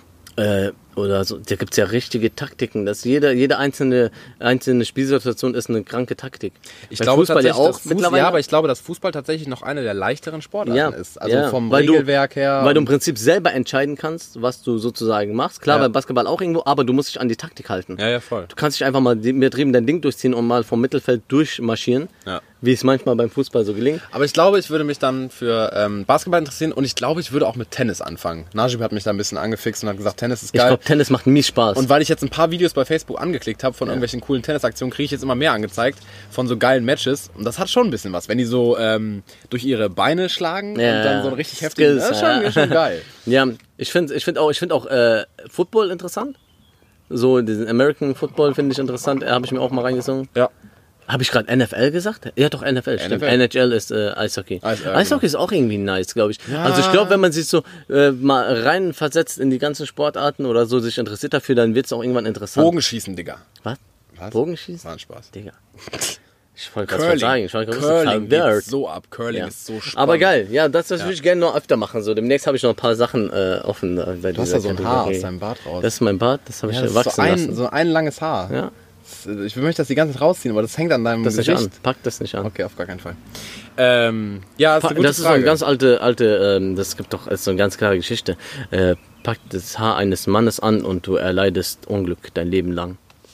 oder so, da gibt es ja richtige Taktiken, dass jede einzelne Spielsituation ist eine kranke Taktik. Ich glaube Fußball ja auch mittlerweile. Ja, aber ich glaube, dass Fußball tatsächlich noch eine der leichteren Sportarten ist. Also vom Regelwerk her. Weil du im Prinzip selber entscheiden kannst, was du sozusagen machst. Klar, bei Basketball auch irgendwo, aber du musst dich an die Taktik halten. Ja, voll. Du kannst dich einfach mal übertrieben dein Ding durchziehen und mal vom Mittelfeld durchmarschieren. Ja. Wie es manchmal beim Fußball so gelingt. Aber ich glaube, ich würde mich dann für Basketball interessieren und ich glaube, ich würde auch mit Tennis anfangen. Najib hat mich da ein bisschen angefixt und hat gesagt, Tennis ist geil. Ich glaube, Tennis macht mies Spaß. Und weil ich jetzt ein paar Videos bei Facebook angeklickt habe von irgendwelchen coolen Tennisaktionen, kriege ich jetzt immer mehr angezeigt von so geilen Matches. Und das hat schon ein bisschen was, wenn die so durch ihre Beine schlagen und dann so ein richtig heftiges... Das ist schon geil. Ja, ich finde auch Football interessant. So diesen American Football finde ich interessant. Habe ich mir auch mal reingesungen. Ja. Habe ich gerade NFL gesagt? Ja, doch, NFL, stimmt. NHL ist Eishockey. Eishockey ist auch irgendwie nice, glaube ich. Ja. Also ich glaube, wenn man sich so mal rein versetzt in die ganzen Sportarten oder so, sich interessiert dafür, dann wird es auch irgendwann interessant. Bogenschießen, Digga. Was? Bogenschießen? War ein Spaß. Digga. Ich wollte gerade sagen. Curling geht so ab. Curling ist so spannend. Aber geil. Ja, das würde ich gerne noch öfter machen. So, demnächst habe ich noch ein paar Sachen offen. Bei du hast ja so ein Haar aus deinem Bart raus. Das ist mein Bart. Das habe ich wachsen lassen. So ein langes Haar. Ja. Ich möchte das die ganze Zeit rausziehen, aber das hängt an deinem Gesicht. Nicht an. Pack das nicht an. Okay, auf gar keinen Fall. Ja, das ist eine gute Das ist so eine ganz alte das gibt doch so eine ganz klare Geschichte. Pack das Haar eines Mannes an und du erleidest Unglück dein Leben lang.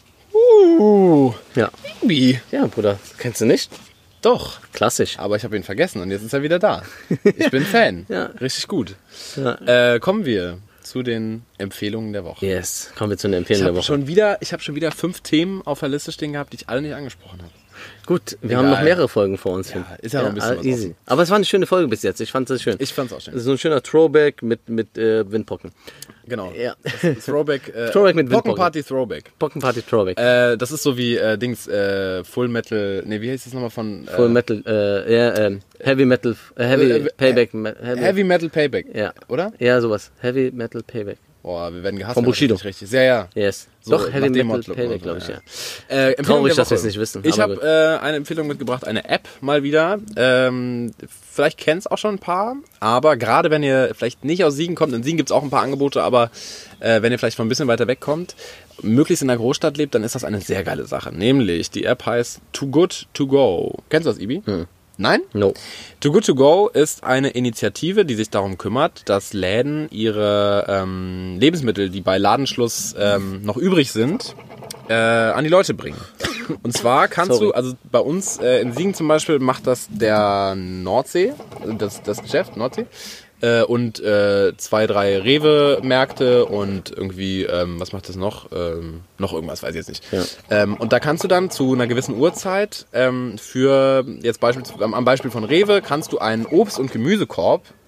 Ja. Baby. Ja, Bruder. Kennst du nicht? Doch. Klassisch. Aber ich habe ihn vergessen und jetzt ist er wieder da. Ich bin Fan. Ja. Richtig gut. Ja. Kommen wir zu den Empfehlungen der Woche. Yes, kommen wir zu den Empfehlungen der Woche. Ich habe schon wieder 5 Themen auf der Liste stehen gehabt, die ich alle nicht angesprochen habe. Gut, wir haben noch mehrere Folgen vor uns. Ja, ist ja noch ein bisschen easy. Aber es war eine schöne Folge bis jetzt. Ich fand es schön. Ich fand es auch schön. So ein schöner Throwback mit Windpocken. Genau. Ja. Throwback. Throwback mit Windpocken. Pockenparty Throwback. Pockenparty Throwback. Das ist so wie Full Metal. Ne, wie heißt das nochmal von? Full Metal. Heavy Metal. Heavy Payback. Heavy Metal Payback. Ja. Oder? Ja, sowas. Heavy Metal Payback. Boah, wir werden gehasst. Von Bushido. Richtig. Ja. Yes. So, doch, Heavy Metal Payback, glaube ich, ja. Traurig, dass wir es nicht wissen. Ich habe eine Empfehlung mitgebracht, eine App mal wieder. Vielleicht kennt es auch schon ein paar, aber gerade wenn ihr vielleicht nicht aus Siegen kommt, in Siegen gibt es auch ein paar Angebote, aber wenn ihr vielleicht von ein bisschen weiter weg kommt, möglichst in der Großstadt lebt, dann ist das eine sehr geile Sache. Nämlich, die App heißt Too Good To Go. Kennst du das, Ibi? Nein? No. Too Good To Go ist eine Initiative, die sich darum kümmert, dass Läden ihre Lebensmittel, die bei Ladenschluss noch übrig sind, an die Leute bringen. Und zwar kannst du, also bei uns in Siegen zum Beispiel macht das der Nordsee, das Geschäft Nordsee, und 2, 3 Rewe-Märkte und irgendwie, was macht das noch? Noch irgendwas, weiß ich jetzt nicht. Ja. Und da kannst du dann zu einer gewissen Uhrzeit für, jetzt am Beispiel von Rewe, kannst du einen Obst- und Gemüsekorb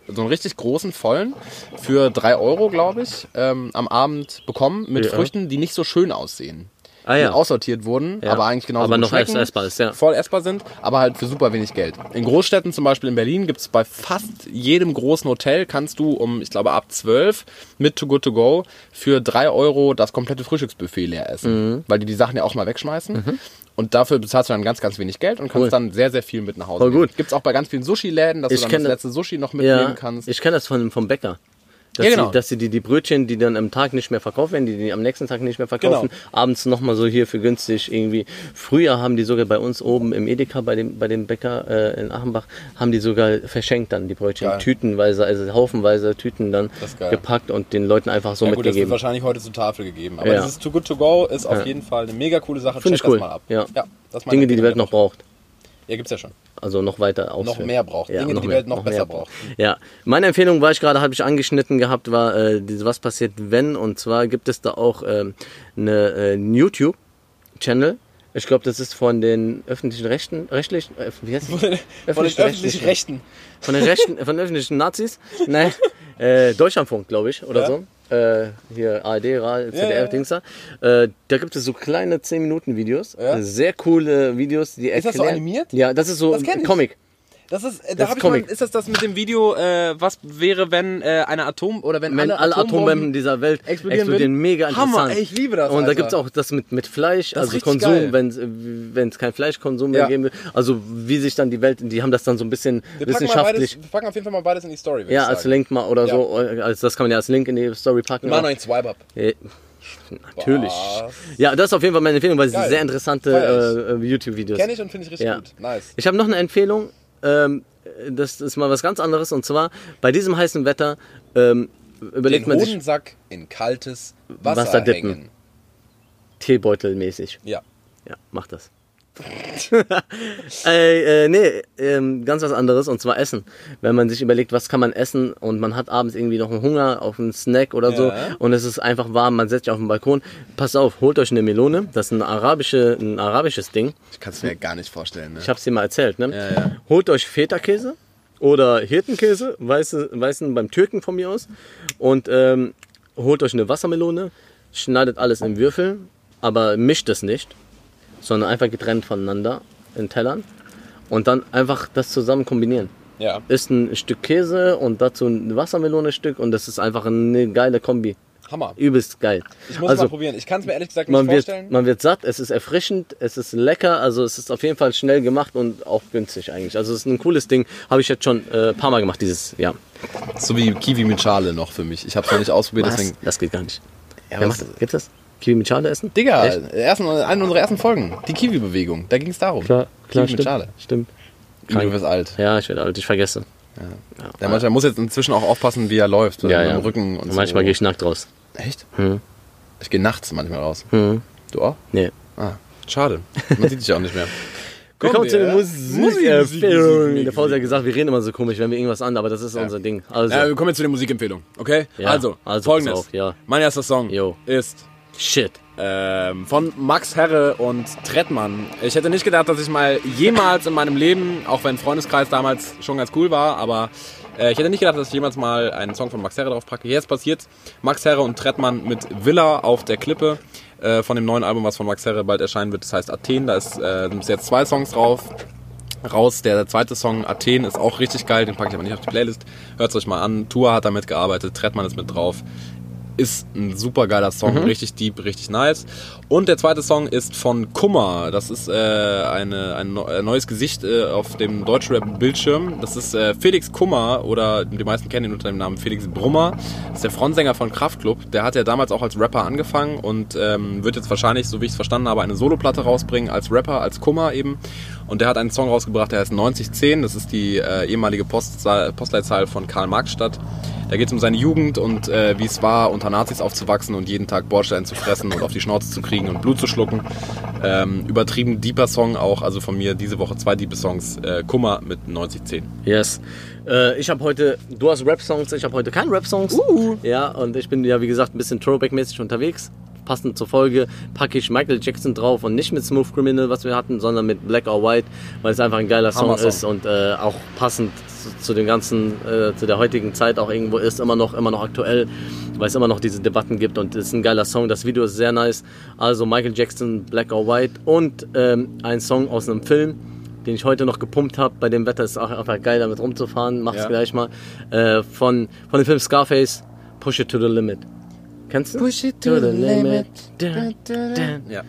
so einen richtig großen, vollen, für 3 Euro, glaube ich, am Abend bekommen mit Früchten, die nicht so schön aussehen. Die aussortiert wurden, aber eigentlich genauso aber noch schmecken, essbar ist, voll essbar sind, aber halt für super wenig Geld. In Großstädten, zum Beispiel in Berlin, gibt es bei fast jedem großen Hotel, kannst du ich glaube ab 12 mit Too Good To Go für 3 Euro das komplette Frühstücksbuffet leer essen. Weil die Sachen ja auch mal wegschmeißen. Und dafür bezahlst du dann ganz, ganz wenig Geld und kannst dann sehr, sehr viel mit nach Hause nehmen. Gibt es auch bei ganz vielen Sushi-Läden, dass du dann das letzte Sushi noch mitnehmen kannst. Ich kenne das vom Bäcker. Dass sie die Brötchen, die dann am Tag nicht mehr verkauft werden, die am nächsten Tag nicht mehr verkaufen, abends nochmal so hier für günstig irgendwie. Früher haben die sogar bei uns oben im Edeka, bei dem Bäcker in Achenbach, haben die sogar verschenkt dann die Brötchen. Geil. Tütenweise, also haufenweise Tüten dann gepackt und den Leuten einfach so mitgegeben. Das wird wahrscheinlich heute zur Tafel gegeben. Aber dieses Too Good To Go ist auf jeden Fall eine mega coole Sache. Check das mal ab. Ja. Dinge, die die Welt noch braucht. Ja, gibt's ja schon. Also noch weiter ausführen. Noch mehr braucht. Dinge, die die Welt noch besser braucht. Ja. Meine Empfehlung habe ich angeschnitten gehabt, war was passiert, wenn. Und zwar gibt es da auch eine YouTube-Channel. Ich glaube, das ist von den öffentlichen wie heißt das? Von den öffentlichen Rechten. Von den öffentlichen Nazis? Nein, Deutschlandfunk, glaube ich, oder so. Hier ARD, ZDF, Dings da. Da gibt es so kleine 10-Minuten-Videos. Sehr coole Videos, die erklären. Ist das so animiert? Ja, das ist so ein Comic. Ist das mit dem Video, was wäre, wenn eine alle Atombomben dieser Welt explodieren? Mega interessant. Hammer, ey, ich liebe das. Und da gibt es auch das mit Fleisch, also Konsum, wenn es kein Fleischkonsum mehr geben will. Also wie sich dann die Welt, die haben das dann so ein bisschen wissenschaftlich. Wir packen auf jeden Fall mal beides in die Story. Ja, als Link mal oder so. Also das kann man ja als Link in die Story packen. Wir machen noch einen Swipe-Up. Natürlich. Ja, das ist auf jeden Fall meine Empfehlung, weil es sind sehr interessante YouTube-Videos. Kenne ich und finde ich richtig gut. Nice. Ich habe noch eine Empfehlung. Das ist mal was ganz anderes, und zwar bei diesem heißen Wetter überlegt man sich... Den Hodensack in kaltes Wasser hängen. Teebeutelmäßig. Ja. Ja, mach das. Ganz was anderes, und zwar Essen. Wenn man sich überlegt, was kann man essen und man hat abends irgendwie noch einen Hunger auf einen Snack oder so und es ist einfach warm, man setzt sich auf den Balkon, passt auf, holt euch eine Melone, das ist ein arabisches Ding. Ich kann es mir gar nicht vorstellen. Ne? Ich hab's dir mal erzählt. Ne? Ja. Holt euch Feta-Käse oder Hirtenkäse, weißen beim Türken von mir aus, und holt euch eine Wassermelone, schneidet alles in Würfel, aber mischt es nicht, sondern einfach getrennt voneinander in Tellern und dann einfach das zusammen kombinieren. Ja. Ist ein Stück Käse und dazu ein Wassermelone-Stück und das ist einfach eine geile Kombi. Hammer. Übelst geil. Ich muss es mal probieren. Ich kann es mir ehrlich gesagt nicht vorstellen. Man wird satt, es ist erfrischend, es ist lecker, also es ist auf jeden Fall schnell gemacht und auch günstig eigentlich. Also es ist ein cooles Ding, habe ich jetzt schon ein paar Mal gemacht dieses Jahr. So wie Kiwi mit Schale noch für mich. Ich habe es noch nicht ausprobiert, deswegen... Das geht gar nicht. Ja, gibt das? Kiwi mit Schale essen? Digga, eine unserer ersten Folgen. Die Kiwi-Bewegung. Da ging es darum. Klar, Kiwi mit Schale. Stimmt. Du wirst alt. Ja, ich werde alt, ich vergesse. Ja. Der manchmal muss jetzt inzwischen auch aufpassen, wie er läuft. So ja. Im Rücken und manchmal gehe ich nackt raus. Echt? Ich gehe nachts manchmal raus. Du auch? Nee. Schade. Man sieht dich auch nicht mehr. Wir kommen zu der Musikempfehlung. Der Fausi hat gesagt, wir reden immer so komisch, wenn wir irgendwas an, aber das ist unser Ding. Also. Ja, wir kommen jetzt zu der Musikempfehlung, okay? Ja, also folgendes. Mein erster Song ist Shit. Von Max Herre und Trettmann. Ich hätte nicht gedacht, dass ich mal jemals in meinem Leben, auch wenn Freundeskreis damals schon ganz cool war, aber ich hätte nicht gedacht, dass ich jemals mal einen Song von Max Herre drauf packe. Jetzt passiert's. Max Herre und Trettmann mit Villa auf der Klippe von dem neuen Album, was von Max Herre bald erscheinen wird. Das heißt Athen. Da sind jetzt 2 Songs raus. Der zweite Song Athen ist auch richtig geil. Den packe ich aber nicht auf die Playlist. Hört's euch mal an. Tour hat da mitgearbeitet. Trettmann ist mit drauf. Ist ein super geiler Song, richtig deep, richtig nice. Und der zweite Song ist von Kummer. Das ist ein neues Gesicht auf dem Deutschrap-Bildschirm. Das ist Felix Kummer, oder die meisten kennen ihn unter dem Namen Felix Brummer. Das ist der Frontsänger von Kraftklub. Der hat ja damals auch als Rapper angefangen und wird jetzt wahrscheinlich, so wie ich es verstanden habe, eine Soloplatte rausbringen als Rapper, als Kummer eben. Und der hat einen Song rausgebracht, der heißt 9010. Das ist die ehemalige Postleitzahl von Karl-Marx-Stadt. Da geht es um seine Jugend und wie es war, unter Nazis aufzuwachsen und jeden Tag Bordstein zu fressen und auf die Schnauze zu kriegen und Blut zu schlucken. Übertrieben deeper Song auch, also von mir diese Woche 2 diepe Songs. Kummer mit 9010. Yes. Ich habe heute, du hast Rap-Songs, ich habe heute keine Rap-Songs. Ja, und ich bin ja, wie gesagt, ein bisschen Throwback-mäßig unterwegs. passend zur Folge packe ich Michael Jackson drauf und nicht mit Smooth Criminal, was wir hatten, sondern mit Black or White, weil es einfach ein geiler Song ist und auch passend zu dem ganzen, zu der heutigen Zeit auch irgendwo ist, immer noch aktuell, weil es immer noch diese Debatten gibt und es ist ein geiler Song. Das Video ist sehr nice. Also Michael Jackson, Black or White und ein Song aus einem Film, den ich heute noch gepumpt habe. Bei dem Wetter ist es auch einfach geil, damit rumzufahren. Mach's gleich mal. Von dem Film Scarface, Push It to the Limit. Kennst du? Push it to the limit. Ja.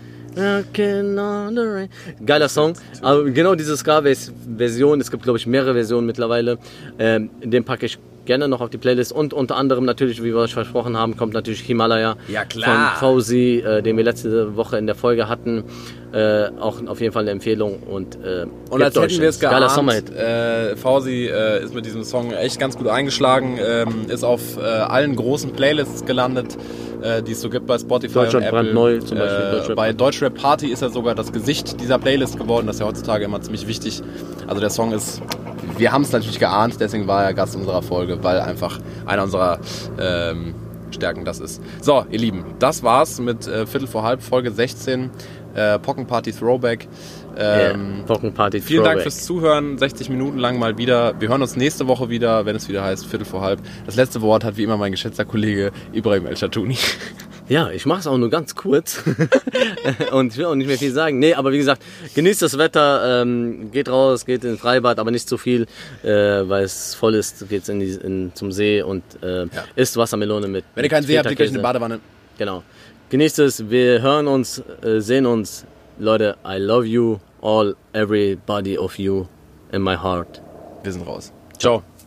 Geiler Song. Aber genau diese Scarface-Version, es gibt glaube ich mehrere Versionen mittlerweile, den packe ich gerne noch auf die Playlist und unter anderem natürlich, wie wir euch versprochen haben, kommt natürlich Himalaya von Fauzi, den wir letzte Woche in der Folge hatten. Auch auf jeden Fall eine Empfehlung und als hätten wir es geahnt, Fauzi ist mit diesem Song echt ganz gut eingeschlagen, ist auf allen großen Playlists gelandet, die es so gibt bei Spotify Deutschland und Apple. Brandneu zum Beispiel. Bei Deutschrap Party ist er sogar das Gesicht dieser Playlist geworden, das ist ja heutzutage immer ziemlich wichtig. Also der Song ist, wir haben es natürlich geahnt, deswegen war er Gast unserer Folge, weil einfach einer unserer Stärken das ist. So, ihr Lieben, das war's mit Viertel vor halb, Folge 16, Pockenparty Throwback. Pockenparty vielen Dank fürs Zuhören, 60 Minuten lang mal wieder. Wir hören uns nächste Woche wieder, wenn es wieder heißt Viertel vor halb. Das letzte Wort hat wie immer mein geschätzter Kollege Ibrahim El-Chatouni. Ja, ich mache es auch nur ganz kurz und ich will auch nicht mehr viel sagen. Nee, aber wie gesagt, genießt das Wetter, geht raus, geht ins Freibad, aber nicht zu viel, weil es voll ist, geht zum See und isst Wassermelone mit. Wenn ihr keinen See habt, geht euch eine Badewanne. Genau. Genießt es, wir hören uns, sehen uns. Leute, I love you all, everybody of you in my heart. Wir sind raus. Ciao.